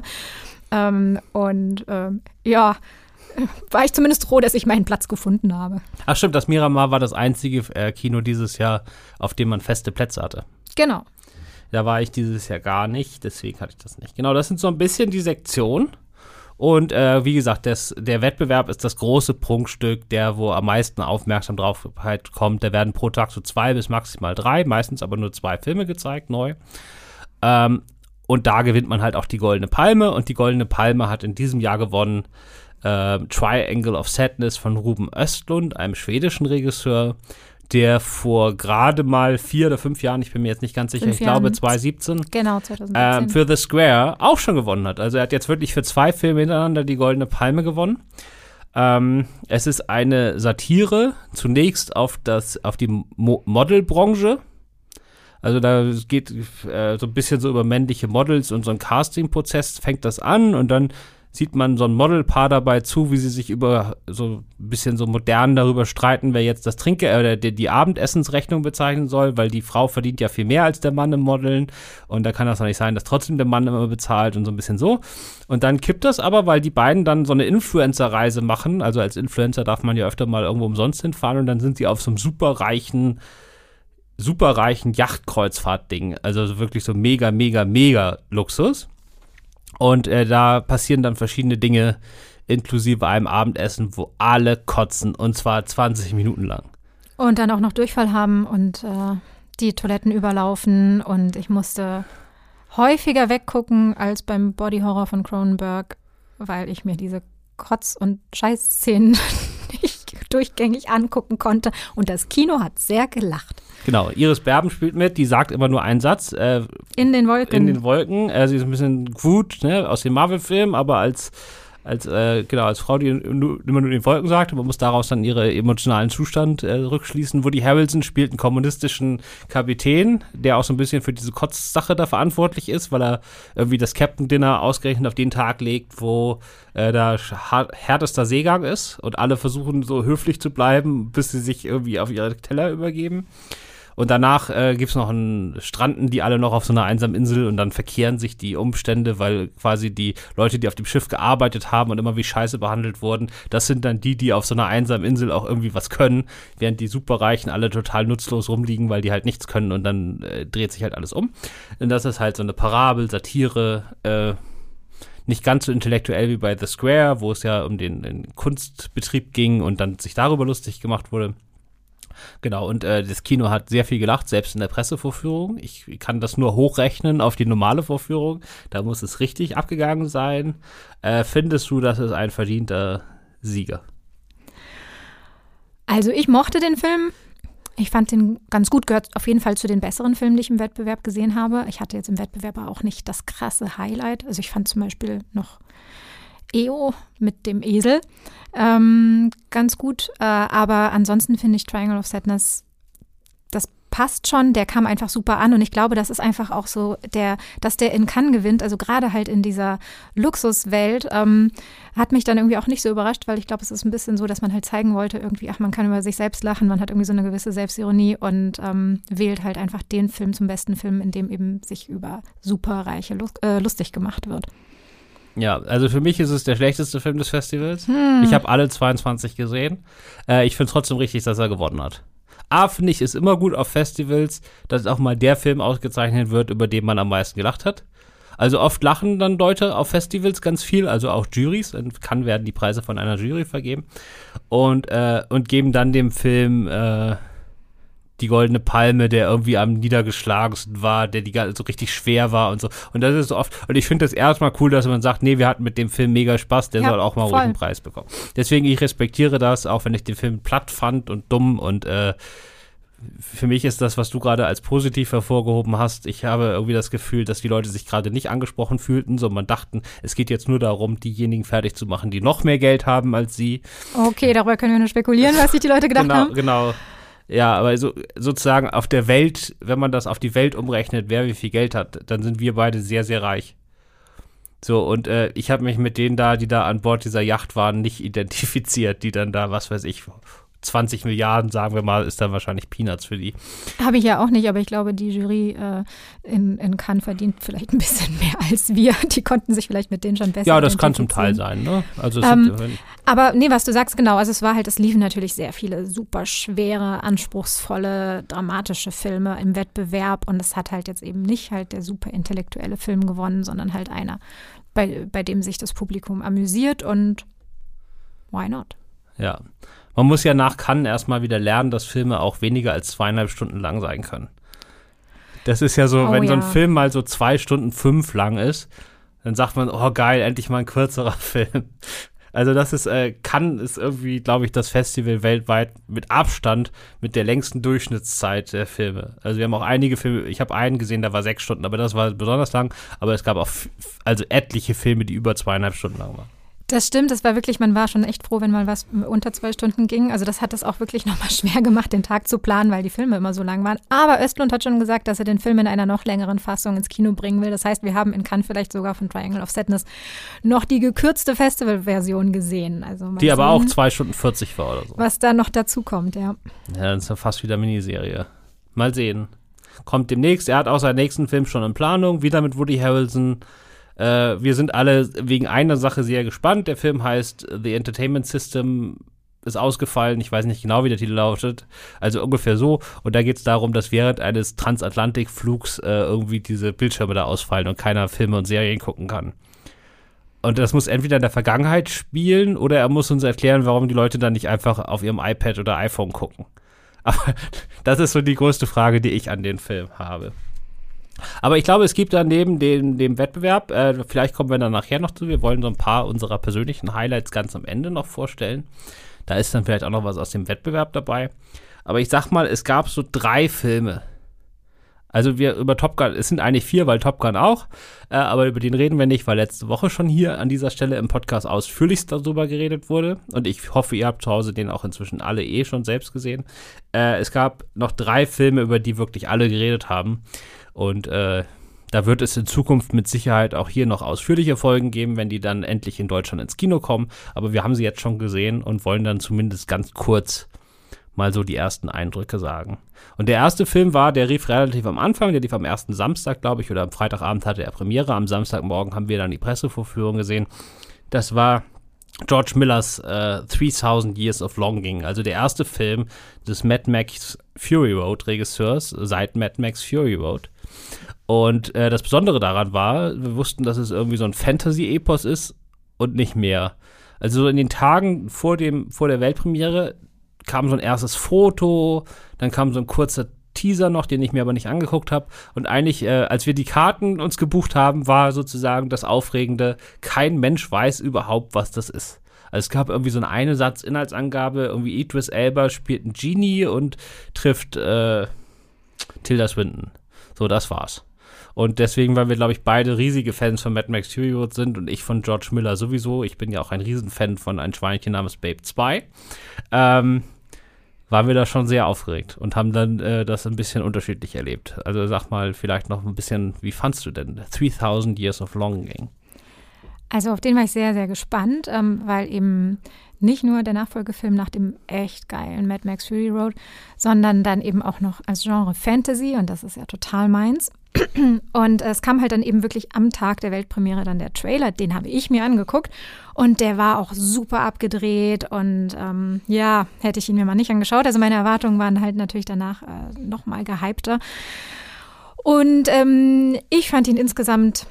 ähm, und ähm, ja, war ich zumindest froh, dass ich meinen Platz gefunden habe. Ach stimmt, das Miramar war das einzige äh, Kino dieses Jahr, auf dem man feste Plätze hatte. Genau. Da war ich dieses Jahr gar nicht, deswegen hatte ich das nicht. Genau, das sind so ein bisschen die Sektionen. Und äh, wie gesagt, das, der Wettbewerb ist das große Prunkstück, der, wo am meisten Aufmerksamkeit kommt. Da werden pro Tag so zwei bis maximal drei, meistens aber nur zwei Filme gezeigt, neu. Ähm, und da gewinnt man halt auch die Goldene Palme. Und die Goldene Palme hat in diesem Jahr gewonnen äh, Triangle of Sadness von Ruben Östlund, einem schwedischen Regisseur, der vor gerade mal vier oder fünf Jahren, ich bin mir jetzt nicht ganz sicher, Fünf ich glaube Jahren. zwanzig siebzehn, Genau, zwanzig siebzehn. ähm, für The Square auch schon gewonnen hat. Also er hat jetzt wirklich für zwei Filme hintereinander die Goldene Palme gewonnen. Ähm, es ist eine Satire, zunächst auf, das, auf die Mo- Modelbranche. Also da geht äh, so ein bisschen so über männliche Models und so ein Casting-Prozess fängt das an und dann sieht man so ein Modelpaar dabei zu, wie sie sich über so ein bisschen so modern darüber streiten, wer jetzt das Trinke äh, die, die Abendessensrechnung bezeichnen soll, weil die Frau verdient ja viel mehr als der Mann im Modeln und da kann das doch nicht sein, dass trotzdem der Mann immer bezahlt und so ein bisschen so. Und dann kippt das aber, weil die beiden dann so eine Influencer-Reise machen, also als Influencer darf man ja öfter mal irgendwo umsonst hinfahren und dann sind sie auf so einem superreichen superreichen Yachtkreuzfahrt-Ding, also wirklich so mega, mega, mega Luxus. Und äh, da passieren dann verschiedene Dinge, inklusive einem Abendessen, wo alle kotzen, und zwar zwanzig Minuten lang. Und dann auch noch Durchfall haben und äh, die Toiletten überlaufen. Und ich musste häufiger weggucken als beim Body-Horror von Cronenberg, weil ich mir diese Kotz- und Scheißszenen nicht durchgängig angucken konnte. Und das Kino hat sehr gelacht. Genau, Iris Berben spielt mit, die sagt immer nur einen Satz. Äh, in den Wolken. In den Wolken. Äh, sie ist ein bisschen gut, ne, aus dem Marvel-Film, aber als, als, äh, genau, als Frau, die nur, immer nur in den Wolken sagt. Man muss daraus dann ihren emotionalen Zustand äh, rückschließen. Woody Harrelson spielt einen kommunistischen Kapitän, der auch so ein bisschen für diese Kotzsache da verantwortlich ist, weil er irgendwie das Captain-Dinner ausgerechnet auf den Tag legt, wo äh, da härtester Seegang ist und alle versuchen so höflich zu bleiben, bis sie sich irgendwie auf ihre Teller übergeben. Und danach äh, gibt es noch einen Stranden, die alle noch auf so einer einsamen Insel und dann verkehren sich die Umstände, weil quasi die Leute, die auf dem Schiff gearbeitet haben und immer wie Scheiße behandelt wurden, das sind dann die, die auf so einer einsamen Insel auch irgendwie was können, während die Superreichen alle total nutzlos rumliegen, weil die halt nichts können und dann äh, dreht sich halt alles um. Und das ist halt so eine Parabel, Satire, äh, nicht ganz so intellektuell wie bei The Square, wo es ja um den, den Kunstbetrieb ging und dann sich darüber lustig gemacht wurde. Genau, und äh, das Kino hat sehr viel gelacht, selbst in der Pressevorführung. Ich kann das nur hochrechnen auf die normale Vorführung. Da muss es richtig abgegangen sein. Äh, findest du, das ist ein verdienter Sieger? Also ich mochte den Film. Ich fand den ganz gut, gehört auf jeden Fall zu den besseren Filmen, die ich im Wettbewerb gesehen habe. Ich hatte jetzt im Wettbewerb auch nicht das krasse Highlight. Also ich fand zum Beispiel noch E O mit dem Esel ähm, ganz gut. Äh, aber ansonsten finde ich Triangle of Sadness, das passt schon. Der kam einfach super an. Und ich glaube, das ist einfach auch so, der, dass der in Cannes gewinnt, also gerade halt in dieser Luxuswelt, ähm, hat mich dann irgendwie auch nicht so überrascht, weil ich glaube, es ist ein bisschen so, dass man halt zeigen wollte, irgendwie, ach, man kann über sich selbst lachen, man hat irgendwie so eine gewisse Selbstironie und ähm, wählt halt einfach den Film zum besten Film, in dem eben sich über Superreiche lust, äh, lustig gemacht wird. Ja, also für mich ist es der schlechteste Film des Festivals. Hm. Ich habe alle zweiundzwanzig gesehen. Äh, ich finde es trotzdem richtig, dass er gewonnen hat. A, finde ich, ist immer gut auf Festivals, dass auch mal der Film ausgezeichnet wird, über den man am meisten gelacht hat. Also oft lachen dann Leute auf Festivals ganz viel, also auch Jurys. In Cannes werden die Preise von einer Jury vergeben. Und, äh, und geben dann dem Film äh, die Goldene Palme, der irgendwie am niedergeschlagensten war, der die so richtig schwer war und so. Und das ist so oft, und ich finde das erstmal cool, dass man sagt, nee, wir hatten mit dem Film mega Spaß, der ja, soll auch mal ruhig einen Preis bekommen. Deswegen, ich respektiere das, auch wenn ich den Film platt fand und dumm und äh, für mich ist das, was du gerade als positiv hervorgehoben hast, ich habe irgendwie das Gefühl, dass die Leute sich gerade nicht angesprochen fühlten, sondern dachten, es geht jetzt nur darum, diejenigen fertig zu machen, die noch mehr Geld haben als sie. Okay, darüber können wir nur spekulieren, was sich die Leute gedacht genau, haben. Genau, ja, aber so, sozusagen auf der Welt, wenn man das auf die Welt umrechnet, wer wie viel Geld hat, dann sind wir beide sehr, sehr reich. So, und äh, ich habe mich mit denen da, die da an Bord dieser Yacht waren, nicht identifiziert, die dann da, was weiß ich, zwanzig Milliarden, sagen wir mal, ist dann wahrscheinlich Peanuts für die. Habe ich ja auch nicht, aber ich glaube, die Jury äh, in, in Cannes verdient vielleicht ein bisschen mehr als wir. Die konnten sich vielleicht mit denen schon besser Ja, das kann zum Teil sein, ne? Also es ähm, sind, aber nee, was du sagst, genau. Also es war halt, es liefen natürlich sehr viele super schwere, anspruchsvolle, dramatische Filme im Wettbewerb und es hat halt jetzt eben nicht halt der super intellektuelle Film gewonnen, sondern halt einer, bei, bei dem sich das Publikum amüsiert und why not? Ja. Man muss ja nach Cannes erstmal wieder lernen, dass Filme auch weniger als zweieinhalb Stunden lang sein können. Das ist ja so, oh, wenn ja. so ein Film mal so zwei Stunden fünf lang ist, dann sagt man, oh geil, endlich mal ein kürzerer Film. Also das ist, äh, Cannes ist irgendwie, glaube ich, das Festival weltweit mit Abstand mit der längsten Durchschnittszeit der Filme. Also wir haben auch einige Filme, ich habe einen gesehen, der war sechs Stunden, aber das war besonders lang. Aber es gab auch f- also etliche Filme, die über zweieinhalb Stunden lang waren. Das stimmt, das war wirklich, man war schon echt froh, wenn mal was unter zwei Stunden ging. Also das hat es auch wirklich nochmal schwer gemacht, den Tag zu planen, weil die Filme immer so lang waren. Aber Östlund hat schon gesagt, dass er den Film in einer noch längeren Fassung ins Kino bringen will. Das heißt, wir haben in Cannes vielleicht sogar von Triangle of Sadness noch die gekürzte Festivalversion gesehen. Also die aber auch zwei Stunden vierzig war oder so. Was da noch dazu kommt, ja. Ja, das ist ja fast wieder Miniserie. Mal sehen. Kommt demnächst, er hat auch seinen nächsten Film schon in Planung, wieder mit Woody Harrelson. Uh, wir sind alle wegen einer Sache sehr gespannt. Der Film heißt The Entertainment System, ist ausgefallen. Ich weiß nicht genau, wie der Titel lautet. Also ungefähr so. Und da geht es darum, dass während eines Transatlantikflugs äh, irgendwie diese Bildschirme da ausfallen und keiner Filme und Serien gucken kann. Und das muss entweder in der Vergangenheit spielen oder er muss uns erklären, warum die Leute dann nicht einfach auf ihrem iPad oder iPhone gucken. Aber das ist so die größte Frage, die ich an den Film habe. Aber ich glaube, es gibt dann neben dem, dem Wettbewerb, äh, vielleicht kommen wir dann nachher noch zu, wir wollen so ein paar unserer persönlichen Highlights ganz am Ende noch vorstellen. Da ist dann vielleicht auch noch was aus dem Wettbewerb dabei. Aber ich sag mal, es gab so drei Filme. Also wir über Top Gun, es sind eigentlich vier, weil Top Gun auch, äh, aber über den reden wir nicht, weil letzte Woche schon hier an dieser Stelle im Podcast ausführlichst darüber geredet wurde. Und ich hoffe, ihr habt zu Hause den auch inzwischen alle eh schon selbst gesehen. Äh, es gab noch drei Filme, über die wirklich alle geredet haben. Und äh, da wird es in Zukunft mit Sicherheit auch hier noch ausführliche Folgen geben, wenn die dann endlich in Deutschland ins Kino kommen. Aber wir haben sie jetzt schon gesehen und wollen dann zumindest ganz kurz mal so die ersten Eindrücke sagen. Und der erste Film war, der rief relativ am Anfang, der lief am ersten Samstag, glaube ich, oder am Freitagabend hatte er Premiere. Am Samstagmorgen haben wir dann die Pressevorführung gesehen. Das war George Millers äh, three thousand Years of Longing, also der erste Film des Mad Max Fury Road Regisseurs seit Mad Max Fury Road. Und äh, das Besondere daran war, wir wussten, dass es irgendwie so ein Fantasy-Epos ist und nicht mehr. Also in den Tagen vor dem vor der Weltpremiere kam so ein erstes Foto, dann kam so ein kurzer Teaser noch, den ich mir aber nicht angeguckt habe. Und eigentlich, äh, als wir die Karten uns gebucht haben, war sozusagen das Aufregende, kein Mensch weiß überhaupt, was das ist. Also es gab irgendwie so eine eine Satz Inhaltsangabe, irgendwie Idris Elba spielt einen Genie und trifft äh, Tilda Swinton. So, das war's. Und deswegen, weil wir, glaube ich, beide riesige Fans von Mad Max Fury Road sind und ich von George Miller sowieso, ich bin ja auch ein Riesenfan von Ein Schweinchen namens Babe zwei, ähm, waren wir da schon sehr aufgeregt und haben dann äh, das ein bisschen unterschiedlich erlebt. Also sag mal vielleicht noch ein bisschen, wie fandst du denn three thousand Years of Longing? Also auf den war ich sehr, sehr gespannt, ähm, weil eben nicht nur der Nachfolgefilm nach dem echt geilen Mad Max Fury Road, sondern dann eben auch noch als Genre Fantasy und das ist ja total meins. Und es kam halt dann eben wirklich am Tag der Weltpremiere dann der Trailer, den habe ich mir angeguckt und der war auch super abgedreht und ähm, ja, hätte ich ihn mir mal nicht angeschaut. Also meine Erwartungen waren halt natürlich danach äh, noch mal gehypter. Und ähm, ich fand ihn insgesamt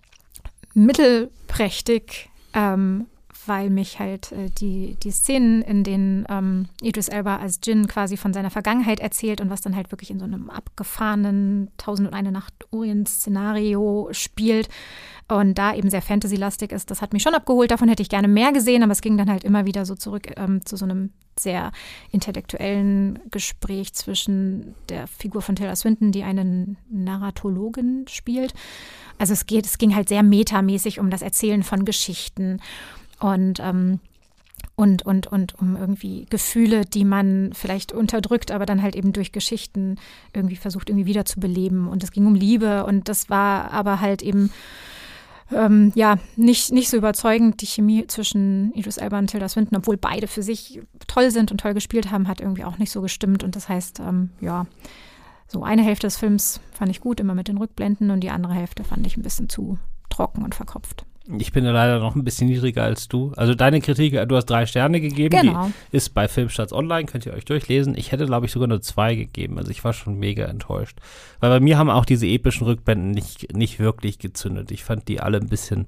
mittelprächtig, ähm, weil mich halt äh, die, die Szenen, in denen ähm, Idris Elba als Djinn quasi von seiner Vergangenheit erzählt und was dann halt wirklich in so einem abgefahrenen Tausend und eine Nacht Orient-Szenario spielt und da eben sehr Fantasy-lastig ist, das hat mich schon abgeholt. Davon hätte ich gerne mehr gesehen, aber es ging dann halt immer wieder so zurück ähm, zu so einem sehr intellektuellen Gespräch zwischen der Figur von Tilda Swinton, die eine Narratologin spielt. Also es geht, es ging halt sehr metamäßig um das Erzählen von Geschichten. Und, ähm, und, und, und um irgendwie Gefühle, die man vielleicht unterdrückt, aber dann halt eben durch Geschichten irgendwie versucht, irgendwie wiederzubeleben. Und es ging um Liebe und das war aber halt eben ähm, ja nicht, nicht so überzeugend. Die Chemie zwischen Idris Elba und Tilda Swinton, obwohl beide für sich toll sind und toll gespielt haben, hat irgendwie auch nicht so gestimmt. Und das heißt, ähm, ja, so eine Hälfte des Films fand ich gut, immer mit den Rückblenden und die andere Hälfte fand ich ein bisschen zu trocken und verkopft. Ich bin ja leider noch ein bisschen niedriger als du. Also deine Kritik, du hast drei Sterne gegeben. Genau. Die ist bei Filmstarts Online, könnt ihr euch durchlesen. Ich hätte, glaube ich, sogar nur zwei gegeben. Also ich war schon mega enttäuscht. Weil bei mir haben auch diese epischen Rückblenden nicht, nicht wirklich gezündet. Ich fand die alle ein bisschen,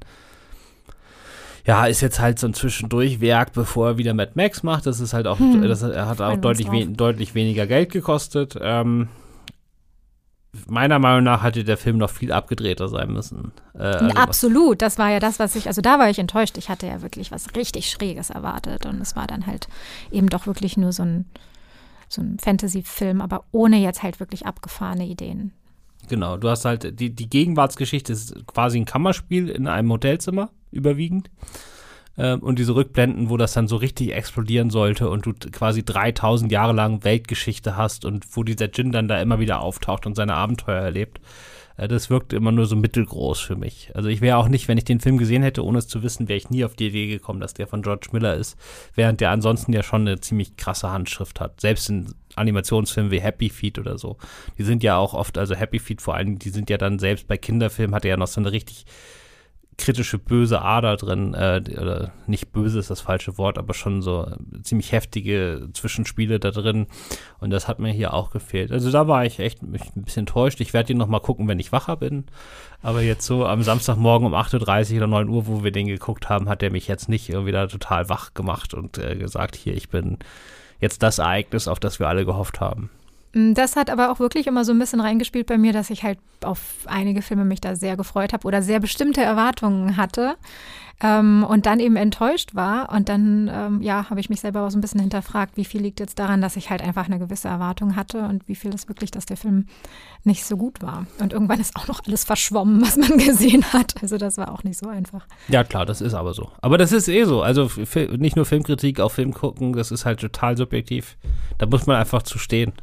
ja, ist jetzt halt so ein Zwischendurchwerk, bevor er wieder Mad Max macht. Das ist halt auch, hm. das er hat auch deutlich, we- deutlich weniger Geld gekostet. Ähm, meiner Meinung nach hätte der Film noch viel abgedrehter sein müssen. Äh, also ja, absolut, das war ja das, was ich, also da war ich enttäuscht. Ich hatte ja wirklich was richtig Schräges erwartet und es war dann halt eben doch wirklich nur so ein, so ein Fantasy-Film, aber ohne jetzt halt wirklich abgefahrene Ideen. Genau, du hast halt, die, die Gegenwartsgeschichte ist quasi ein Kammerspiel in einem Hotelzimmer überwiegend. Ähm, und diese Rückblenden, wo das dann so richtig explodieren sollte und du quasi dreitausend Jahre lang Weltgeschichte hast und wo dieser Djinn dann da immer wieder auftaucht und seine Abenteuer erlebt, äh, das wirkt immer nur so mittelgroß für mich. Also ich wäre auch nicht, wenn ich den Film gesehen hätte, ohne es zu wissen, wäre ich nie auf die Idee gekommen, dass der von George Miller ist, während der ansonsten ja schon eine ziemlich krasse Handschrift hat. Selbst in Animationsfilmen wie Happy Feet oder so. Die sind ja auch oft, also Happy Feet vor allem, die sind ja dann selbst bei Kinderfilmen, hat er ja noch so eine richtig kritische, böse Ader drin, äh, oder nicht böse ist das falsche Wort, aber schon so ziemlich heftige Zwischenspiele da drin und das hat mir hier auch gefehlt. Also da war ich echt ein bisschen enttäuscht. Ich werde ihn noch mal gucken, wenn ich wacher bin, aber jetzt so am Samstagmorgen um acht Uhr dreißig oder neun Uhr, wo wir den geguckt haben, hat er mich jetzt nicht irgendwie da total wach gemacht und äh, gesagt, hier, ich bin jetzt das Ereignis, auf das wir alle gehofft haben. Das hat aber auch wirklich immer so ein bisschen reingespielt bei mir, dass ich halt auf einige Filme mich da sehr gefreut habe oder sehr bestimmte Erwartungen hatte ähm, und dann eben enttäuscht war. Und dann, ähm, ja, habe ich mich selber auch so ein bisschen hinterfragt, wie viel liegt jetzt daran, dass ich halt einfach eine gewisse Erwartung hatte und wie viel ist wirklich, dass der Film nicht so gut war. Und irgendwann ist auch noch alles verschwommen, was man gesehen hat. Also das war auch nicht so einfach. Ja klar, das ist aber so. Aber das ist eh so. Also nicht nur Filmkritik, auch Film gucken, das ist halt total subjektiv. Da muss man einfach zu stehen.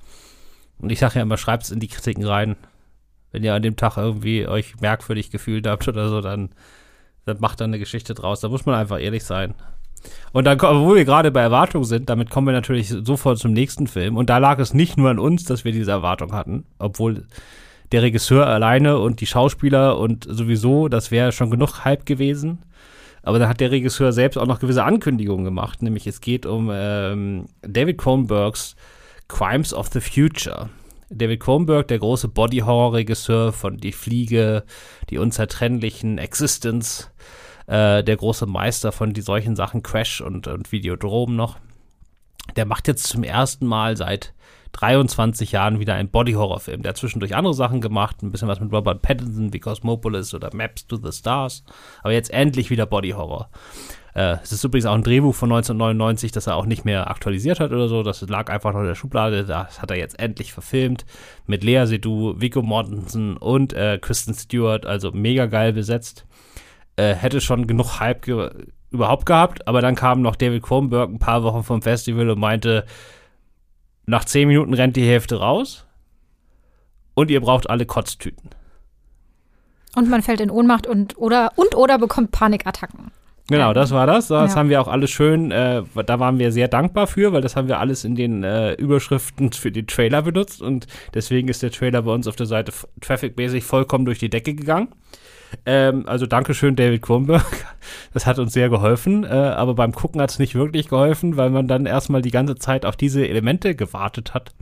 Und ich sage ja immer, schreibt es in die Kritiken rein. Wenn ihr an dem Tag irgendwie euch merkwürdig gefühlt habt oder so, dann, dann macht da eine Geschichte draus. Da muss man einfach ehrlich sein. Und dann, obwohl wir gerade bei Erwartungen sind, damit kommen wir natürlich sofort zum nächsten Film. Und da lag es nicht nur an uns, dass wir diese Erwartung hatten, obwohl der Regisseur alleine und die Schauspieler und sowieso, das wäre schon genug Hype gewesen. Aber dann hat der Regisseur selbst auch noch gewisse Ankündigungen gemacht. Nämlich es geht um ähm, David Cronenbergs Crimes of the Future. David Cronenberg, der große Body-Horror-Regisseur von Die Fliege, Die Unzertrennlichen, Existence, äh, der große Meister von die solchen Sachen, Crash und, und Videodrom noch. Der macht jetzt zum ersten Mal seit dreiundzwanzig Jahren wieder einen Body-Horror-Film. Der hat zwischendurch andere Sachen gemacht, ein bisschen was mit Robert Pattinson wie Cosmopolis oder Maps to the Stars, aber jetzt endlich wieder Body-Horror. Äh, es ist übrigens auch ein Drehbuch von neunzehnhundertneunundneunzig, das er auch nicht mehr aktualisiert hat oder so. Das lag einfach noch in der Schublade. Das hat er jetzt endlich verfilmt mit Lea Seydoux, Viggo Mortensen und äh, Kristen Stewart. Also mega geil besetzt. Äh, hätte schon genug Hype ge- überhaupt gehabt. Aber dann kam noch David Cronenberg ein paar Wochen vom Festival und meinte, nach zehn Minuten rennt die Hälfte raus und ihr braucht alle Kotztüten. Und man fällt in Ohnmacht und oder, und oder bekommt Panikattacken. Genau, das war das. Das ja. haben wir auch alles schön, äh, da waren wir sehr dankbar für, weil das haben wir alles in den äh, Überschriften für den Trailer benutzt und deswegen ist der Trailer bei uns auf der Seite f- trafficmäßig vollkommen durch die Decke gegangen. Ähm, also Dankeschön, David Cronenberg. Das hat uns sehr geholfen, äh, aber beim Gucken hat es nicht wirklich geholfen, weil man dann erstmal die ganze Zeit auf diese Elemente gewartet hat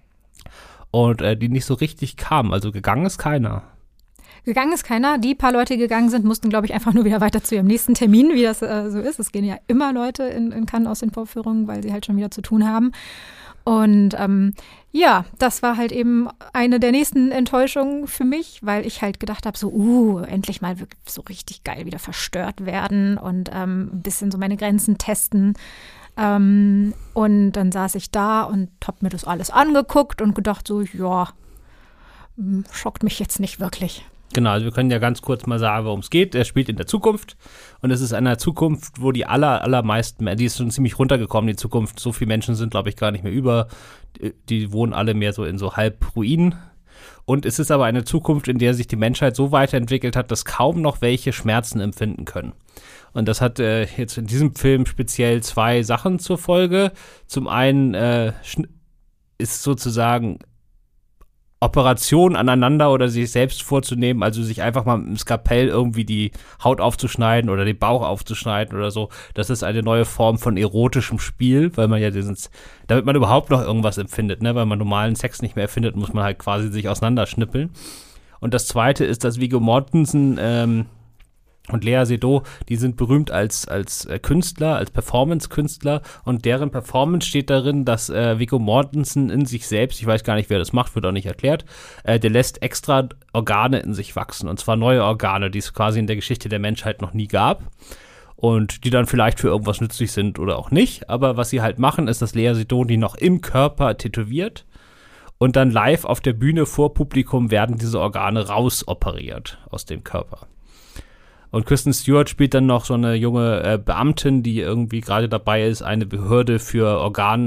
und äh, die nicht so richtig kamen. Also gegangen ist keiner. Gegangen ist keiner. Die paar Leute, die gegangen sind, mussten, glaube ich, einfach nur wieder weiter zu ihrem nächsten Termin, wie das äh, so ist. Es gehen ja immer Leute in, in Cannes aus den Vorführungen, weil sie halt schon wieder zu tun haben. Und ähm, ja, das war halt eben eine der nächsten Enttäuschungen für mich, weil ich halt gedacht habe, so, uh, endlich mal wirklich so richtig geil wieder verstört werden und ähm, ein bisschen so meine Grenzen testen. Ähm, und dann saß ich da und hab mir das alles angeguckt und gedacht so, ja, schockt mich jetzt nicht wirklich. Genau, also wir können ja ganz kurz mal sagen, worum es geht. Er spielt in der Zukunft und es ist eine Zukunft, wo die aller, allermeisten, die ist schon ziemlich runtergekommen, die Zukunft. So viele Menschen sind, glaube ich, gar nicht mehr über. Die wohnen alle mehr so in so Halbruinen. Und es ist aber eine Zukunft, in der sich die Menschheit so weiterentwickelt hat, dass kaum noch welche Schmerzen empfinden können. Und das hat äh, jetzt in diesem Film speziell zwei Sachen zur Folge. Zum einen äh, ist sozusagen Operationen aneinander oder sich selbst vorzunehmen, also sich einfach mal mit dem Skalpell irgendwie die Haut aufzuschneiden oder den Bauch aufzuschneiden oder so. Das ist eine neue Form von erotischem Spiel, weil man ja diesen, damit man überhaupt noch irgendwas empfindet, ne, weil man normalen Sex nicht mehr erfindet, muss man halt quasi sich auseinanderschnippeln. Und das Zweite ist, dass Viggo Mortensen ähm, Und Lea Seydoux, die sind berühmt als, als Künstler, als Performance-Künstler und deren Performance steht darin, dass äh, Viggo Mortensen in sich selbst, ich weiß gar nicht, wer das macht, wird auch nicht erklärt, äh, der lässt extra Organe in sich wachsen und zwar neue Organe, die es quasi in der Geschichte der Menschheit noch nie gab und die dann vielleicht für irgendwas nützlich sind oder auch nicht, aber was sie halt machen, ist, dass Lea Seydoux die noch im Körper tätowiert und dann live auf der Bühne vor Publikum werden diese Organe rausoperiert aus dem Körper. Und Kristen Stewart spielt dann noch so eine junge äh, Beamtin, die irgendwie gerade dabei ist, eine Behörde für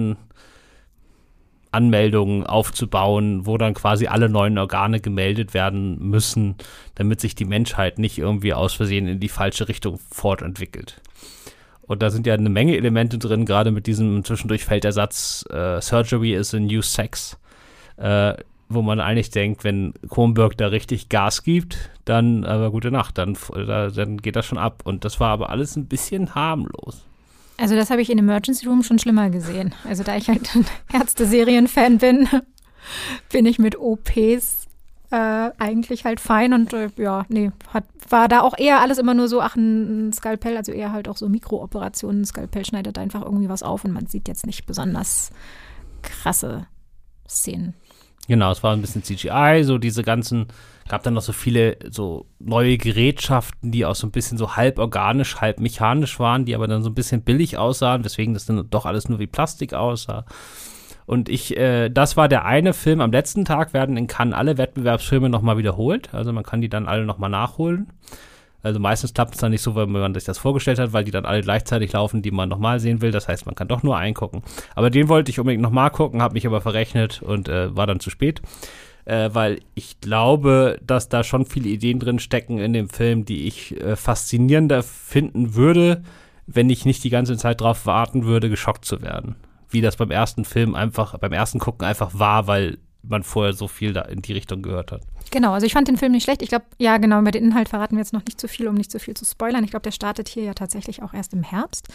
Organanmeldungen aufzubauen, wo dann quasi alle neuen Organe gemeldet werden müssen, damit sich die Menschheit nicht irgendwie aus Versehen in die falsche Richtung fortentwickelt. Und da sind ja eine Menge Elemente drin, gerade mit diesem zwischendurch Feldersatz, äh, Surgery is a new sex, äh, wo man eigentlich denkt, wenn Cronenberg da richtig Gas gibt, dann aber gute Nacht, dann, dann geht das schon ab. Und das war aber alles ein bisschen harmlos. Also das habe ich in Emergency Room schon schlimmer gesehen. Also da ich halt ein Ärzte-Serien-Fan bin, bin ich mit O Ps äh, eigentlich halt fein. Und äh, ja, nee, hat, war da auch eher alles immer nur so, ach, ein, ein Skalpell, also eher halt auch so Mikrooperationen. Ein Skalpell schneidet einfach irgendwie was auf und man sieht jetzt nicht besonders krasse Szenen. Genau, es war ein bisschen C G I, so diese ganzen, gab dann noch so viele so neue Gerätschaften, die auch so ein bisschen so halb organisch, halb mechanisch waren, die aber dann so ein bisschen billig aussahen, weswegen das dann doch alles nur wie Plastik aussah. Und ich, äh, das war der eine Film, am letzten Tag werden in Cannes alle Wettbewerbsfilme nochmal wiederholt, also man kann die dann alle nochmal nachholen. Also meistens klappt es dann nicht so, wenn man sich das vorgestellt hat, weil die dann alle gleichzeitig laufen, die man nochmal sehen will. Das heißt, man kann doch nur einen gucken. Aber den wollte ich unbedingt nochmal gucken, habe mich aber verrechnet und äh, war dann zu spät. Äh, weil ich glaube, dass da schon viele Ideen drin stecken in dem Film, die ich äh, faszinierender finden würde, wenn ich nicht die ganze Zeit drauf warten würde, geschockt zu werden. Wie das beim ersten Film einfach, beim ersten Gucken einfach war, weil man vorher so viel da in die Richtung gehört hat. Genau, also ich fand den Film nicht schlecht. Ich glaube, ja genau, über den Inhalt verraten wir jetzt noch nicht zu viel, um nicht zu viel zu spoilern. Ich glaube, der startet hier ja tatsächlich auch erst im Herbst.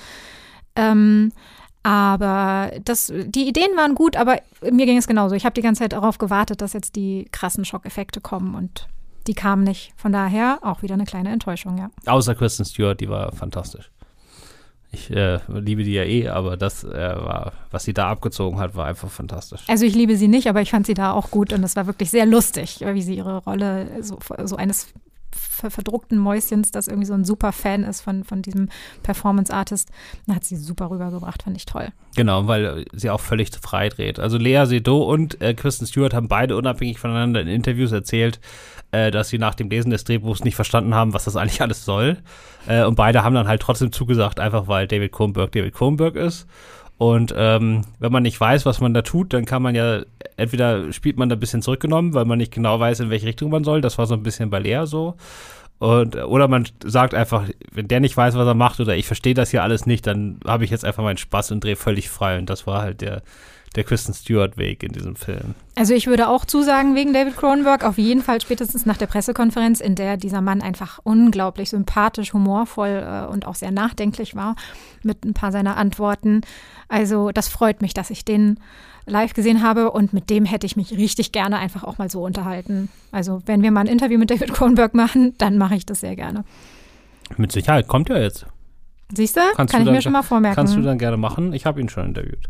Ähm, aber das, die Ideen waren gut, aber mir ging es genauso. Ich habe die ganze Zeit darauf gewartet, dass jetzt die krassen Schockeffekte kommen und die kamen nicht. Von daher auch wieder eine kleine Enttäuschung, ja. Außer Kristen Stewart, die war fantastisch. Ich äh, liebe die ja eh, aber das äh, war, was sie da abgezogen hat, war einfach fantastisch. Also ich liebe sie nicht, aber ich fand sie da auch gut und es war wirklich sehr lustig, wie sie ihre Rolle so, so eines verdruckten Mäuschens, das irgendwie so ein super Fan ist von, von diesem Performance-Artist, da hat sie super rübergebracht, fand ich toll. Genau, weil sie auch völlig frei dreht. Also Lea Seydoux und äh, Kristen Stewart haben beide unabhängig voneinander in Interviews erzählt, äh, dass sie nach dem Lesen des Drehbuchs nicht verstanden haben, was das eigentlich alles soll. Äh, und beide haben dann halt trotzdem zugesagt, einfach weil David Cronenberg David Cronenberg ist. Und ähm, wenn man nicht weiß, was man da tut, dann kann man ja, entweder spielt man da ein bisschen zurückgenommen, weil man nicht genau weiß, in welche Richtung man soll. Das war so ein bisschen bei Lea so. Und, oder man sagt einfach, wenn der nicht weiß, was er macht, oder ich verstehe das hier alles nicht, dann habe ich jetzt einfach meinen Spaß und drehe völlig frei. Und das war halt der, der Kristen Stewart-Weg in diesem Film. Also ich würde auch zusagen, wegen David Cronenberg, auf jeden Fall spätestens nach der Pressekonferenz, in der dieser Mann einfach unglaublich sympathisch, humorvoll äh, und auch sehr nachdenklich war mit ein paar seiner Antworten. Also das freut mich, dass ich den live gesehen habe und mit dem hätte ich mich richtig gerne einfach auch mal so unterhalten. Also wenn wir mal ein Interview mit David Cronenberg machen, dann mache ich das sehr gerne. Mit Sicherheit, kommt ja jetzt. Siehst du? Kann ich mir schon mal vormerken. Kannst du dann gerne machen. Ich habe ihn schon interviewt.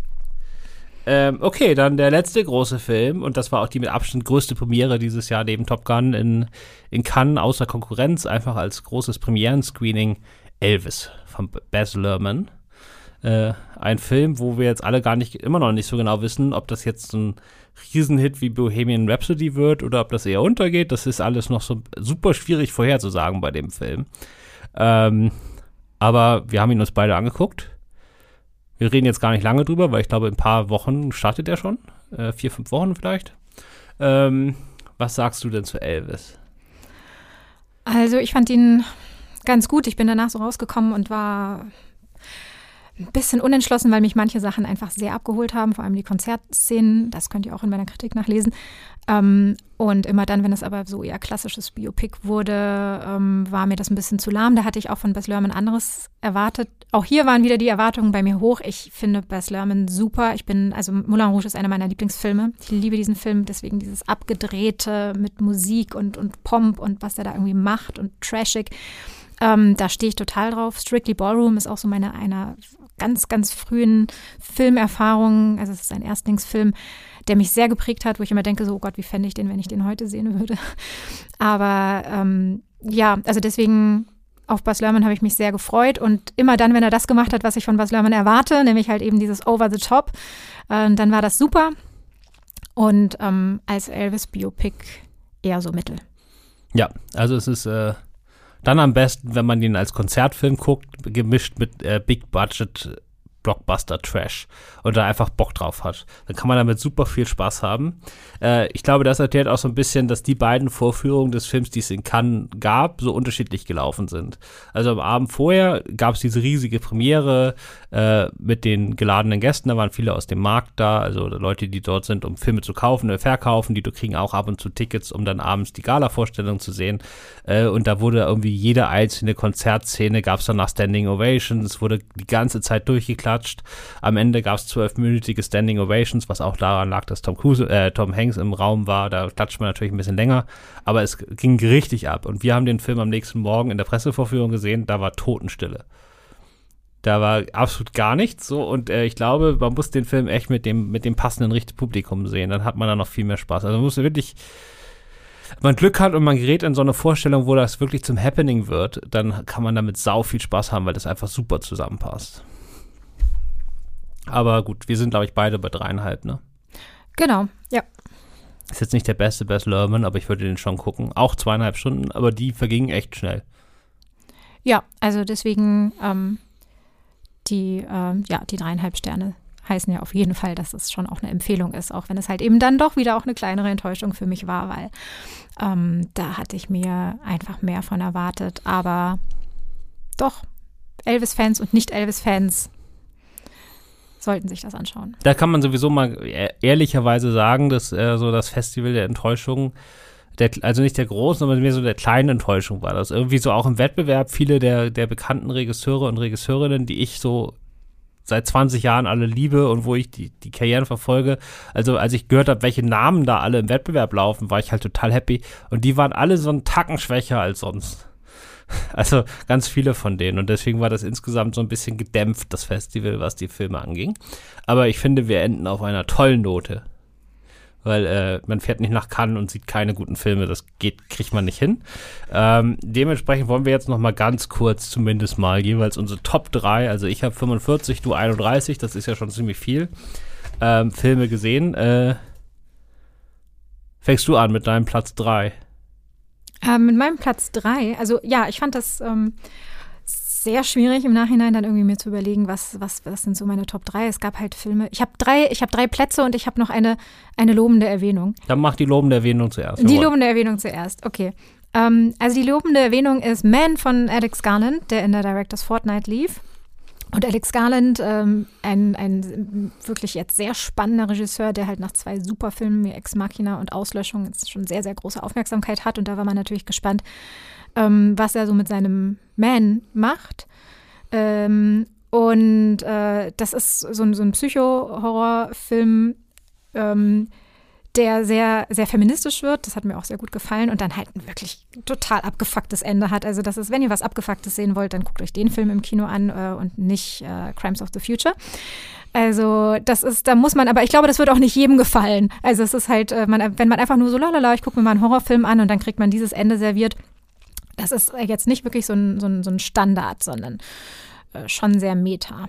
Ähm, okay, dann der letzte große Film und das war auch die mit Abstand größte Premiere dieses Jahr neben Top Gun in, in Cannes, außer Konkurrenz, einfach als großes Premieren-Screening, Elvis von Baz Luhrmann. Äh, ein Film, wo wir jetzt alle gar nicht, immer noch nicht so genau wissen, ob das jetzt ein Riesenhit wie Bohemian Rhapsody wird oder ob das eher untergeht. Das ist alles noch so super schwierig vorherzusagen bei dem Film. Ähm, aber wir haben ihn uns beide angeguckt. Wir reden jetzt gar nicht lange drüber, weil ich glaube, in ein paar Wochen startet er schon. Äh, vier, fünf Wochen vielleicht. Ähm, was sagst du denn zu Elvis? Also ich fand ihn ganz gut. Ich bin danach so rausgekommen und war ein bisschen unentschlossen, weil mich manche Sachen einfach sehr abgeholt haben, vor allem die Konzertszenen, das könnt ihr auch in meiner Kritik nachlesen. Ähm, und immer dann, wenn es aber so eher klassisches Biopic wurde, ähm, war mir das ein bisschen zu lahm. Da hatte ich auch von Baz Luhrmann anderes erwartet. Auch hier waren wieder die Erwartungen bei mir hoch. Ich finde Baz Luhrmann super. Ich bin, also Moulin Rouge ist einer meiner Lieblingsfilme. Ich liebe diesen Film, deswegen dieses Abgedrehte mit Musik und, und Pomp und was er da irgendwie macht und trashig. Ähm, da stehe ich total drauf. Strictly Ballroom ist auch so meine einer ganz, ganz frühen Filmerfahrungen. Also es ist ein Erstlingsfilm, der mich sehr geprägt hat, wo ich immer denke, so, oh Gott, wie fände ich den, wenn ich den heute sehen würde. Aber ähm, ja, also deswegen auf Baz Luhrmann habe ich mich sehr gefreut. Und immer dann, wenn er das gemacht hat, was ich von Baz Luhrmann erwarte, nämlich halt eben dieses Over the Top, äh, dann war das super. Und ähm, als Elvis-Biopic eher so mittel. Ja, also es ist äh, dann am besten, wenn man ihn als Konzertfilm guckt, gemischt mit äh, Big-Budget Blockbuster-Trash und da einfach Bock drauf hat. Dann kann man damit super viel Spaß haben. Äh, ich glaube, das erklärt auch so ein bisschen, dass die beiden Vorführungen des Films, die es in Cannes gab, so unterschiedlich gelaufen sind. Also am Abend vorher gab es diese riesige Premiere äh, mit den geladenen Gästen. Da waren viele aus dem Markt da, also Leute, die dort sind, um Filme zu kaufen oder verkaufen. Die kriegen auch ab und zu Tickets, um dann abends die Gala-Vorstellung zu sehen. Äh, und da wurde irgendwie jede einzelne Konzertszene, gab es danach Standing Ovations, es wurde die ganze Zeit durchgeklatscht. Am Ende gab es zwölfminütige Standing Ovations, was auch daran lag, dass Tom Cruise, äh, Tom Hanks im Raum war. Da klatscht man natürlich ein bisschen länger, aber es ging richtig ab. Und wir haben den Film am nächsten Morgen in der Pressevorführung gesehen, da war Totenstille. Da war absolut gar nichts so und äh, ich glaube, man muss den Film echt mit dem, mit dem passenden richtigen Publikum sehen. Dann hat man da noch viel mehr Spaß. Also man muss wirklich, wenn man Glück hat und man gerät in so eine Vorstellung, wo das wirklich zum Happening wird, dann kann man damit sau viel Spaß haben, weil das einfach super zusammenpasst. Aber gut, wir sind, glaube ich, beide bei dreieinhalb, ne? Genau, ja. Ist jetzt nicht der beste Baz Luhrmann, aber ich würde den schon gucken. Auch zweieinhalb Stunden, aber die vergingen echt schnell. Ja, also deswegen ähm, die, ähm, ja, die dreieinhalb Sterne heißen ja auf jeden Fall, dass es schon auch eine Empfehlung ist, auch wenn es halt eben dann doch wieder auch eine kleinere Enttäuschung für mich war, weil ähm, da hatte ich mir einfach mehr von erwartet. Aber doch, Elvis-Fans und Nicht-Elvis-Fans sollten sich das anschauen. Da kann man sowieso mal ehrlicherweise sagen, dass äh, so das Festival der Enttäuschung, der, also nicht der großen, sondern mehr so der kleinen Enttäuschung war. Das irgendwie so auch im Wettbewerb viele der, der bekannten Regisseure und Regisseurinnen, die ich so seit zwanzig Jahren alle liebe und wo ich die, die Karrieren verfolge. Also als ich gehört habe, welche Namen da alle im Wettbewerb laufen, war ich halt total happy. Und die waren alle so einen Tacken schwächer als sonst. Also ganz viele von denen. Und deswegen war das insgesamt so ein bisschen gedämpft, das Festival, was die Filme anging. Aber ich finde, wir enden auf einer tollen Note. Weil äh, man fährt nicht nach Cannes und sieht keine guten Filme. Das geht, kriegt man nicht hin. Ähm, dementsprechend wollen wir jetzt noch mal ganz kurz zumindest mal jeweils unsere Top drei, also ich habe fünfundvierzig, du einunddreißig, das ist ja schon ziemlich viel, ähm, Filme gesehen. Äh, fängst du an mit deinem Platz drei? Ähm, mit meinem Platz drei, also ja, ich fand das ähm, sehr schwierig im Nachhinein dann irgendwie mir zu überlegen, was, was, was sind so meine Top drei. Es gab halt Filme, ich habe drei, ich habe drei Plätze und ich habe noch eine, eine lobende Erwähnung. Dann mach die lobende Erwähnung zuerst. Die lobende Erwähnung zuerst, okay. Ähm, also die lobende Erwähnung ist Man von Alex Garland, der in der Director's Fortnight lief. Und Alex Garland, ähm, ein, ein wirklich jetzt sehr spannender Regisseur, der halt nach zwei Superfilmen wie Ex Machina und Auslöschung jetzt schon sehr, sehr große Aufmerksamkeit hat. Und da war man natürlich gespannt, ähm, was er so mit seinem Man macht. Ähm, und äh, das ist so, so ein Psycho-Horrorfilm, ähm, der sehr, sehr feministisch wird. Das hat mir auch sehr gut gefallen und dann halt ein wirklich total abgefucktes Ende hat. Also das ist, wenn ihr was Abgefucktes sehen wollt, dann guckt euch den Film im Kino an äh, und nicht äh, Crimes of the Future. Also das ist, da muss man, aber ich glaube, das wird auch nicht jedem gefallen. Also es ist halt, äh, man, wenn man einfach nur so, lalala, ich gucke mir mal einen Horrorfilm an und dann kriegt man dieses Ende serviert. Das ist jetzt nicht wirklich so ein, so ein, so ein Standard, sondern äh, schon sehr meta.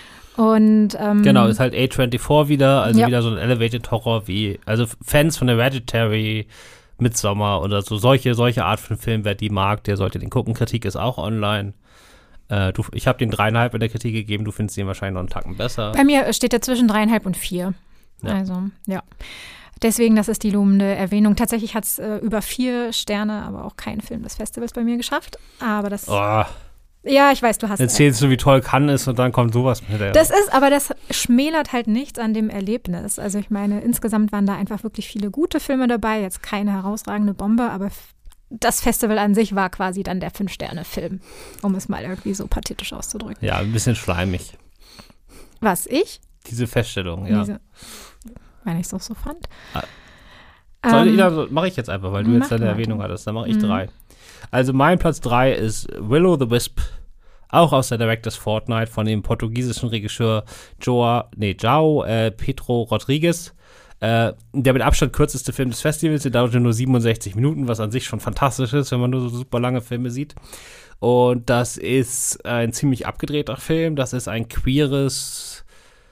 Und, ähm, genau, ist halt A vierundzwanzig wieder, also ja. wieder so ein Elevated Horror wie, also Fans von Hereditary, Midsommar oder so, solche, solche Art von Film, wer die mag, der sollte den gucken. Kritik ist auch online. Äh, du, ich habe den dreieinhalb in der Kritik gegeben, du findest den wahrscheinlich noch einen Tacken besser. Bei mir steht er zwischen dreieinhalb und vier. Ja. Also, ja. Deswegen, das ist die lobende Erwähnung. Tatsächlich hat es äh, über vier Sterne, aber auch kein Film des Festivals bei mir geschafft. Aber das Oh. Ja, ich weiß, du hast Erzählst du, wie toll Cannes ist und dann kommt sowas mit der. Das ist, aber das schmälert halt nichts an dem Erlebnis. Also ich meine, insgesamt waren da einfach wirklich viele gute Filme dabei, jetzt keine herausragende Bombe, aber das Festival an sich war quasi dann der Fünf-Sterne-Film, um es mal irgendwie so pathetisch auszudrücken. Ja, ein bisschen schleimig. Was, ich? Diese Feststellung, ja. Diese, wenn ich es auch so fand. Ah. Soll, ähm, ja, mache ich jetzt einfach, weil du jetzt deine Erwähnung hattest, dann mache ich mhm. drei. Also mein Platz drei ist Will o' the Wisp, auch aus der Director's Fortnight von dem portugiesischen Regisseur Joao, nee, Joao äh, Pedro Rodrigues. Äh, der mit Abstand kürzeste Film des Festivals, der dauerte nur siebenundsechzig Minuten, was an sich schon fantastisch ist, wenn man nur so super lange Filme sieht. Und das ist ein ziemlich abgedrehter Film. Das ist ein queeres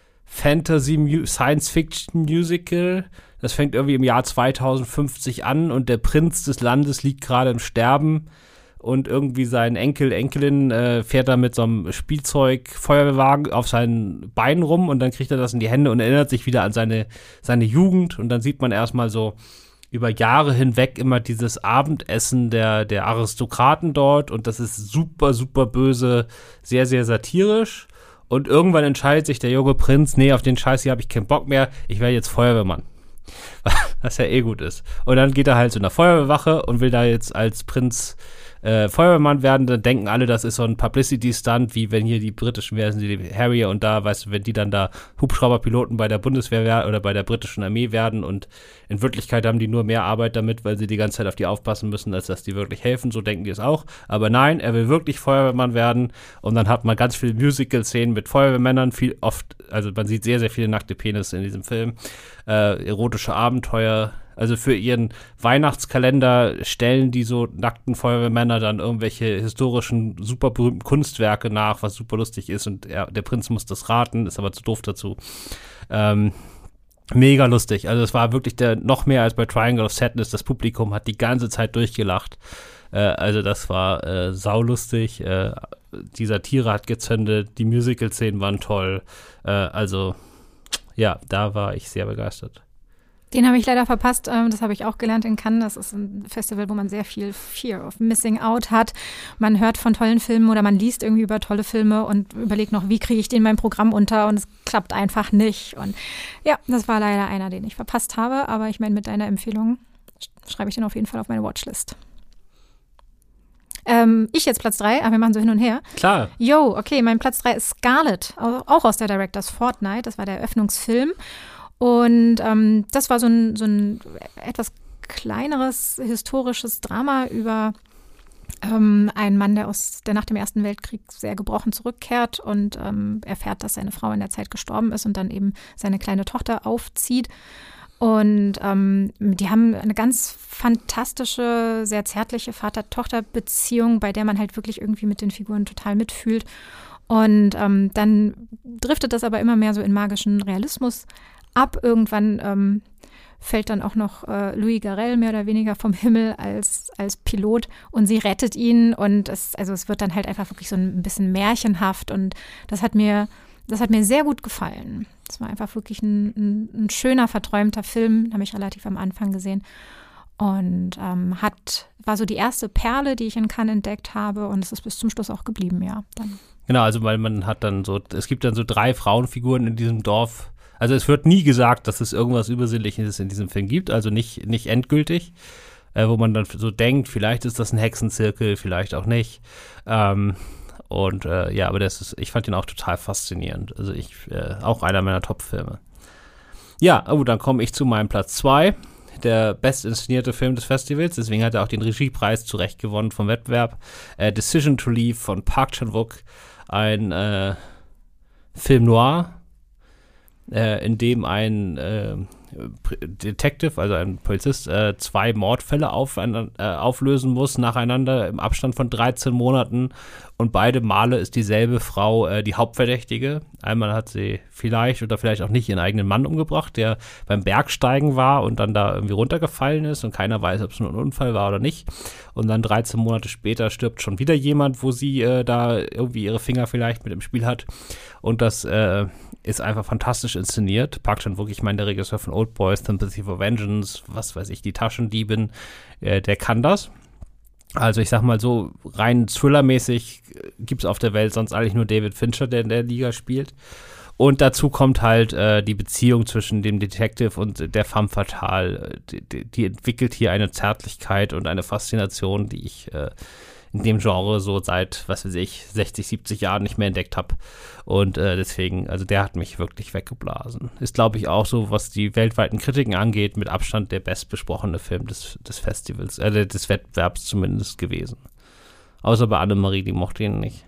Fantasy-Science-Fiction-Musical. Das fängt irgendwie im Jahr zweitausendfünfzig an und der Prinz des Landes liegt gerade im Sterben. Und irgendwie sein Enkel, Enkelin äh, fährt da mit so einem Spielzeug-Feuerwehrwagen auf seinen Beinen rum und dann kriegt er das in die Hände und erinnert sich wieder an seine, seine Jugend. Und dann sieht man erstmal so über Jahre hinweg immer dieses Abendessen der, der Aristokraten dort und das ist super, super böse, sehr, sehr satirisch. Und irgendwann entscheidet sich der junge Prinz, nee, auf den Scheiß hier habe ich keinen Bock mehr, ich werde jetzt Feuerwehrmann. Was ja eh gut ist. Und dann geht er halt zu einer Feuerwehrwache und will da jetzt als Prinz äh, Feuerwehrmann werden, dann denken alle, das ist so ein Publicity-Stunt, wie wenn hier die britischen wären, die Harrier und da, weißt du, wenn die dann da Hubschrauberpiloten bei der Bundeswehr werden oder bei der britischen Armee werden und in Wirklichkeit haben die nur mehr Arbeit damit, weil sie die ganze Zeit auf die aufpassen müssen, als dass die wirklich helfen, so denken die es auch. Aber nein, er will wirklich Feuerwehrmann werden und dann hat man ganz viele Musical-Szenen mit Feuerwehrmännern, viel oft, also man sieht sehr, sehr viele nackte Penisse in diesem Film, äh, erotische Abenteuer. Also für ihren Weihnachtskalender stellen die so nackten Feuerwehrmänner dann irgendwelche historischen, super berühmten Kunstwerke nach, was super lustig ist. Und er, der Prinz muss das raten, ist aber zu doof dazu. Ähm, mega lustig. Also es war wirklich der noch mehr als bei Triangle of Sadness. Das Publikum hat die ganze Zeit durchgelacht. Äh, also das war äh, saulustig. Äh, die Satire hat gezündet. Die Musical-Szenen waren toll. Äh, also ja, da war ich sehr begeistert. Den habe ich leider verpasst. Das habe ich auch gelernt in Cannes. Das ist ein Festival, wo man sehr viel Fear of Missing Out hat. Man hört von tollen Filmen oder man liest irgendwie über tolle Filme und überlegt noch, wie kriege ich den in mein Programm unter und es klappt einfach nicht. Und ja, das war leider einer, den ich verpasst habe. Aber ich meine, mit deiner Empfehlung schreibe ich den auf jeden Fall auf meine Watchlist. Ähm, ich jetzt Platz drei, aber wir machen so hin und her. Klar. Yo, okay, mein Platz drei ist Scarlet, auch aus der Director's Fortnight. Das war der Eröffnungsfilm. Und ähm, das war so ein, so ein etwas kleineres historisches Drama über ähm, einen Mann, der, aus, der nach dem Ersten Weltkrieg sehr gebrochen zurückkehrt und ähm, erfährt, dass seine Frau in der Zeit gestorben ist und dann eben seine kleine Tochter aufzieht. Und ähm, die haben eine ganz fantastische, sehr zärtliche Vater-Tochter-Beziehung, bei der man halt wirklich irgendwie mit den Figuren total mitfühlt. Und ähm, dann driftet das aber immer mehr so in magischen Realismus ab. Irgendwann ähm, fällt dann auch noch äh, Louis Garrel mehr oder weniger vom Himmel als, als Pilot und sie rettet ihn und es, also es wird dann halt einfach wirklich so ein bisschen märchenhaft und das hat mir, das hat mir sehr gut gefallen. Es war einfach wirklich ein, ein, ein schöner, verträumter Film, den habe ich relativ am Anfang gesehen und ähm, hat, war so die erste Perle, die ich in Cannes entdeckt habe und es ist bis zum Schluss auch geblieben, ja. Dann. Genau, also weil man hat dann so, es gibt dann so drei Frauenfiguren in diesem Dorf. Also es wird nie gesagt, dass es irgendwas Übersinnliches in diesem Film gibt, also nicht, nicht endgültig, äh, wo man dann so denkt, vielleicht ist das ein Hexenzirkel, vielleicht auch nicht. Ähm, und äh, ja, aber das ist, ich fand ihn auch total faszinierend. Also ich, äh, auch einer meiner Top-Filme. Ja, oh, dann komme ich zu meinem Platz zwei, der bestinszenierte Film des Festivals, deswegen hat er auch den Regiepreis zu Recht gewonnen vom Wettbewerb. Äh, Decision to Leave von Park Chan-wook, ein äh, Film noir, Äh, in dem ein äh, Detective, also ein Polizist, äh, zwei Mordfälle auf, äh, auflösen muss nacheinander im Abstand von dreizehn Monaten und beide Male ist dieselbe Frau äh, die Hauptverdächtige. Einmal hat sie vielleicht oder vielleicht auch nicht ihren eigenen Mann umgebracht, der beim Bergsteigen war und dann da irgendwie runtergefallen ist und keiner weiß, ob es nur ein Unfall war oder nicht. Und dann dreizehn Monate später stirbt schon wieder jemand, wo sie äh, da irgendwie ihre Finger vielleicht mit im Spiel hat. Und das äh, ist einfach fantastisch inszeniert. Park Chan-wook, ich meine, der Regisseur von Old Boys, Sympathy for Vengeance, was weiß ich, die Taschendiebin, äh, der kann das. Also ich sag mal so, rein thrillermäßig gibt es auf der Welt sonst eigentlich nur David Fincher, der in der Liga spielt. Und dazu kommt halt äh, die Beziehung zwischen dem Detective und der femme fatale. Die, die, die entwickelt hier eine Zärtlichkeit und eine Faszination, die ich äh, in dem Genre so seit, was weiß ich, sechzig, siebzig Jahren nicht mehr entdeckt habe. Und äh, deswegen, also der hat mich wirklich weggeblasen. Ist, glaube ich, auch so, was die weltweiten Kritiken angeht, mit Abstand der bestbesprochene Film des, des Festivals, äh, des Wettbewerbs zumindest gewesen. Außer bei Annemarie, die mochte ihn nicht.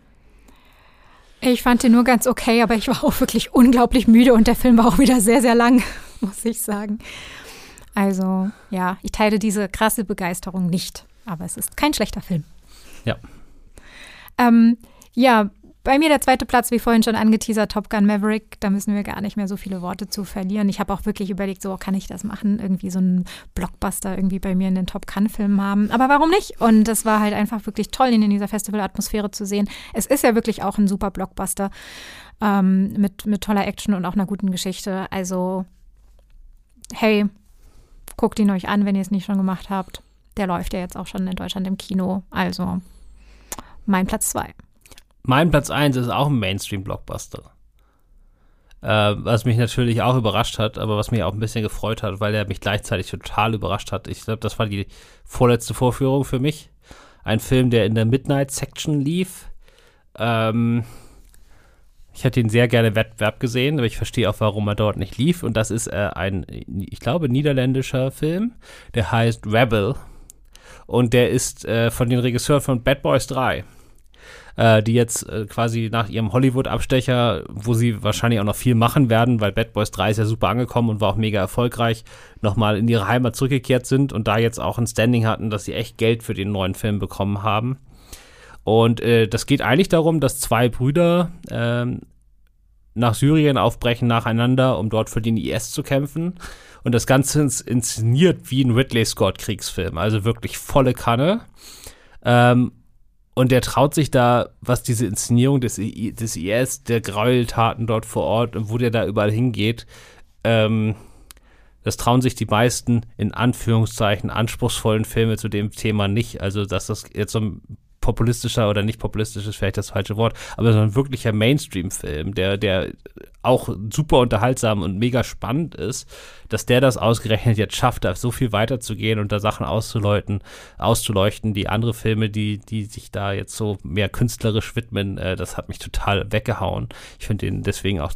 Ich fand den nur ganz okay, aber ich war auch wirklich unglaublich müde und der Film war auch wieder sehr, sehr lang, muss ich sagen. Also, ja, ich teile diese krasse Begeisterung nicht, aber es ist kein schlechter Film. Ja. Ähm, ja, bei mir der zweite Platz, wie vorhin schon angeteasert, Top Gun Maverick. Da müssen wir gar nicht mehr so viele Worte zu verlieren. Ich habe auch wirklich überlegt, so kann ich das machen, irgendwie so einen Blockbuster irgendwie bei mir in den Top Gun-Filmen haben. Aber warum nicht? Und es war halt einfach wirklich toll, ihn in dieser Festival-Atmosphäre zu sehen. Es ist ja wirklich auch ein super Blockbuster ähm, mit, mit toller Action und auch einer guten Geschichte. Also, hey, guckt ihn euch an, wenn ihr es nicht schon gemacht habt. Der läuft ja jetzt auch schon in Deutschland im Kino. Also, mein Platz zwei. Mein Platz eins ist auch ein Mainstream-Blockbuster. Äh, was mich natürlich auch überrascht hat, aber was mich auch ein bisschen gefreut hat, weil er mich gleichzeitig total überrascht hat. Ich glaube, das war die vorletzte Vorführung für mich. Ein Film, der in der Midnight-Section lief. Ähm, ich hätte ihn sehr gerne im Wettbewerb gesehen, aber ich verstehe auch, warum er dort nicht lief. Und das ist äh, ein, ich glaube, niederländischer Film, der heißt Rebel. Und der ist äh, von den Regisseuren von Bad Boys drei. Äh, die jetzt äh, quasi nach ihrem Hollywood-Abstecher, wo sie wahrscheinlich auch noch viel machen werden, weil Bad Boys drei ist ja super angekommen und war auch mega erfolgreich, nochmal in ihre Heimat zurückgekehrt sind und da jetzt auch ein Standing hatten, dass sie echt Geld für den neuen Film bekommen haben. Und äh, das geht eigentlich darum, dass zwei Brüder äh, nach Syrien aufbrechen nacheinander, um dort für den I S zu kämpfen. Und das Ganze ist inszeniert wie ein Ridley Scott-Kriegsfilm, also wirklich volle Kanne. Ähm, Und der traut sich da, was diese Inszenierung des, I- des I S, der Gräueltaten dort vor Ort und wo der da überall hingeht, ähm, das trauen sich die meisten in Anführungszeichen anspruchsvollen Filme zu dem Thema nicht. Also, dass das jetzt so ein populistischer oder nicht populistisch ist vielleicht das falsche Wort, aber so ein wirklicher Mainstream-Film, der, der auch super unterhaltsam und mega spannend ist, dass der das ausgerechnet jetzt schafft, da so viel weiterzugehen und da Sachen auszuleuten, auszuleuchten, die andere Filme, die, die sich da jetzt so mehr künstlerisch widmen, äh, das hat mich total weggehauen. Ich finde den deswegen auch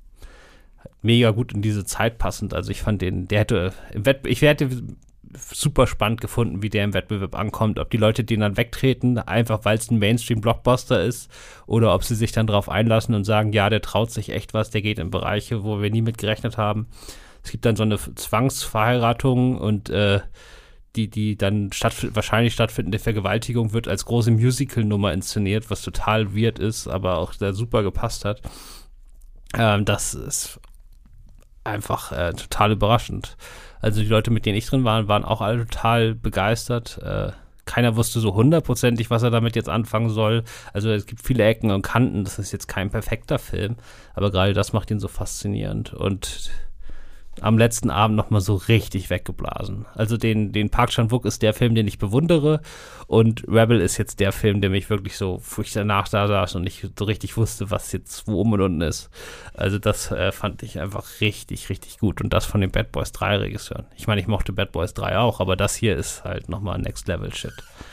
mega gut in diese Zeit passend. Also ich fand den, der hätte im Wettbewerb, ich hätte super spannend gefunden, wie der im Wettbewerb ankommt, ob die Leute den dann wegtreten, einfach weil es ein Mainstream-Blockbuster ist, oder ob sie sich dann drauf einlassen und sagen, ja, der traut sich echt was, der geht in Bereiche, wo wir nie mit gerechnet haben. Es gibt dann so eine Zwangsverheiratung und äh, die, die dann stattf- wahrscheinlich stattfindende Vergewaltigung wird als große Musical-Nummer inszeniert, was total weird ist, aber auch da super gepasst hat. Ähm, das ist einfach äh, total überraschend. Also die Leute, mit denen ich drin war, waren auch alle total begeistert. Äh, keiner wusste so hundertprozentig, was er damit jetzt anfangen soll. Also es gibt viele Ecken und Kanten. Das ist jetzt kein perfekter Film, aber gerade das macht ihn so faszinierend. Und am letzten Abend nochmal so richtig weggeblasen. Also den, den Park Chan-wook ist der Film, den ich bewundere, und Rebel ist jetzt der Film, der mich wirklich so, wo ich danach da saß und nicht so richtig wusste, was jetzt wo oben und unten ist. Also das äh, fand ich einfach richtig, richtig gut, und das von den Bad Boys drei Regisseuren. Ich meine, ich mochte Bad Boys drei auch, aber das hier ist halt nochmal Next Level Shit.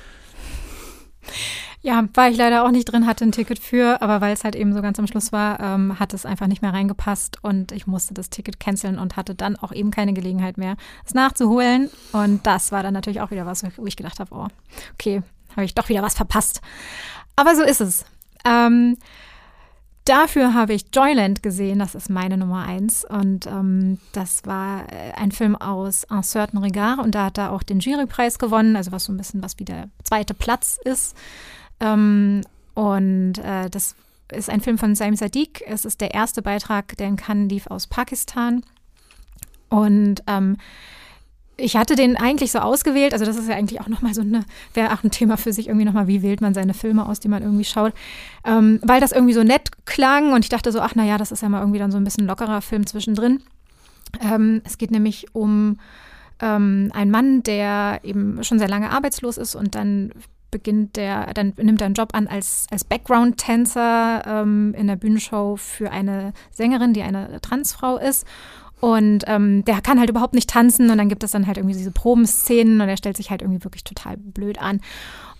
Ja, war ich leider auch nicht drin, hatte ein Ticket für, aber weil es halt eben so ganz am Schluss war, ähm, hat es einfach nicht mehr reingepasst und ich musste das Ticket canceln und hatte dann auch eben keine Gelegenheit mehr, es nachzuholen. Und das war dann natürlich auch wieder was, wo ich gedacht habe, oh, okay, habe ich doch wieder was verpasst. Aber so ist es. Ähm, dafür habe ich Joyland gesehen, das ist meine Nummer eins. Und ähm, das war ein Film aus Un certain regard und da hat er auch den Jurypreis gewonnen, also was so ein bisschen was wie der zweite Platz ist. Ähm, und äh, das ist ein Film von Saim Sadiq. Es ist der erste Beitrag, der in Cannes lief, aus Pakistan. Und ähm, ich hatte den eigentlich so ausgewählt, also das ist ja eigentlich auch nochmal so eine, wäre auch ein Thema für sich irgendwie nochmal, wie wählt man seine Filme aus, die man irgendwie schaut, ähm, weil das irgendwie so nett klang und ich dachte so, ach naja, das ist ja mal irgendwie dann so ein bisschen lockerer Film zwischendrin. Ähm, es geht nämlich um ähm, einen Mann, der eben schon sehr lange arbeitslos ist und dann beginnt der, dann nimmt er einen Job an als, als Background-Tänzer ähm, in der Bühnenshow für eine Sängerin, die eine Transfrau ist. Und ähm, der kann halt überhaupt nicht tanzen und dann gibt es dann halt irgendwie diese Probenszenen und er stellt sich halt irgendwie wirklich total blöd an.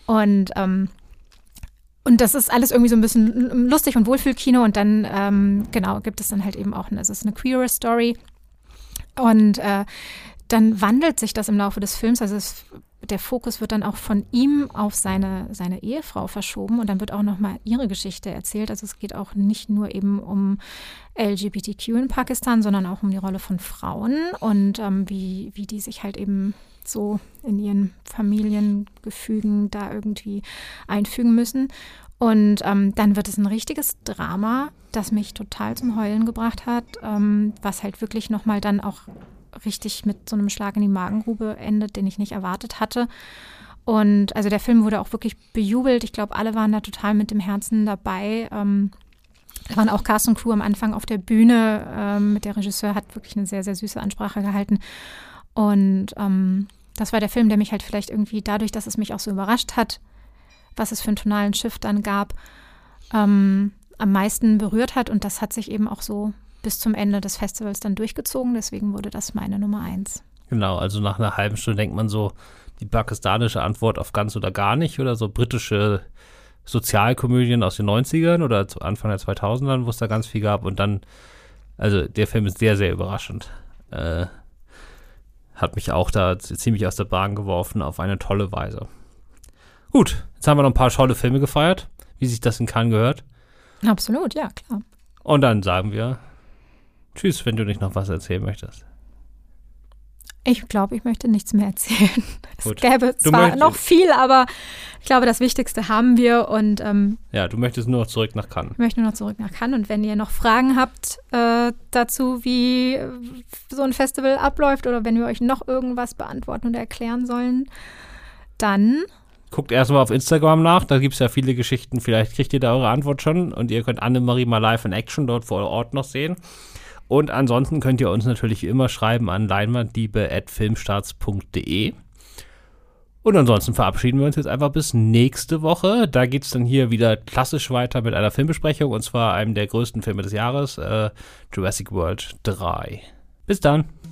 Und ähm, Und das ist alles irgendwie so ein bisschen lustig und Wohlfühlkino. Und dann, ähm, genau, gibt es dann halt eben auch, eine, es ist eine queere Story. Und äh, dann wandelt sich das im Laufe des Films. Also es, der Fokus wird dann auch von ihm auf seine, seine Ehefrau verschoben. Und dann wird auch nochmal ihre Geschichte erzählt. Also es geht auch nicht nur eben um L G B T Q in Pakistan, sondern auch um die Rolle von Frauen und ähm, wie, wie die sich halt eben so in ihren Familiengefügen da irgendwie einfügen müssen. Und ähm, dann wird es ein richtiges Drama, das mich total zum Heulen gebracht hat, ähm, was halt wirklich nochmal dann auch richtig mit so einem Schlag in die Magengrube endet, den ich nicht erwartet hatte. Und also der Film wurde auch wirklich bejubelt. Ich glaube, alle waren da total mit dem Herzen dabei. Ähm, da waren auch Cast und Crew am Anfang auf der Bühne. Ähm, der Regisseur hat wirklich eine sehr, sehr süße Ansprache gehalten. Und ähm, das war der Film, der mich halt vielleicht irgendwie dadurch, dass es mich auch so überrascht hat, was es für einen tonalen Shift dann gab, ähm, am meisten berührt hat. Und das hat sich eben auch so bis zum Ende des Festivals dann durchgezogen. Deswegen wurde das meine Nummer eins. Genau, also nach einer halben Stunde denkt man so, die pakistanische Antwort auf ganz oder gar nicht oder so britische Sozialkomödien aus den neunzigern oder Anfang der zweitausendern, wo es da ganz viel gab. Und dann, also der Film ist sehr, sehr überraschend. Äh, hat mich auch da ziemlich aus der Bahn geworfen auf eine tolle Weise. Gut, jetzt haben wir noch ein paar tolle Filme gefeiert, wie sich das in Cannes gehört. Absolut, ja, klar. Und dann sagen wir tschüss, wenn du nicht noch was erzählen möchtest. Ich glaube, ich möchte nichts mehr erzählen. Es Gut. gäbe Du zwar möchtest- noch viel, aber ich glaube, das Wichtigste haben wir. Und ähm, Ja, du möchtest nur noch zurück nach Cannes. ich möchte nur noch zurück nach Cannes. Und wenn ihr noch Fragen habt äh, dazu, wie äh, so ein Festival abläuft oder wenn wir euch noch irgendwas beantworten oder erklären sollen, dann Guckt erstmal auf Instagram nach, da gibt es ja viele Geschichten, vielleicht kriegt ihr da eure Antwort schon und ihr könnt Annemarie mal live in Action dort vor Ort noch sehen. Und ansonsten könnt ihr uns natürlich immer schreiben an leinwandliebe at filmstarts punkt de. Und ansonsten verabschieden wir uns jetzt einfach bis nächste Woche. Da geht es dann hier wieder klassisch weiter mit einer Filmbesprechung und zwar einem der größten Filme des Jahres, äh, Jurassic World drei. Bis dann.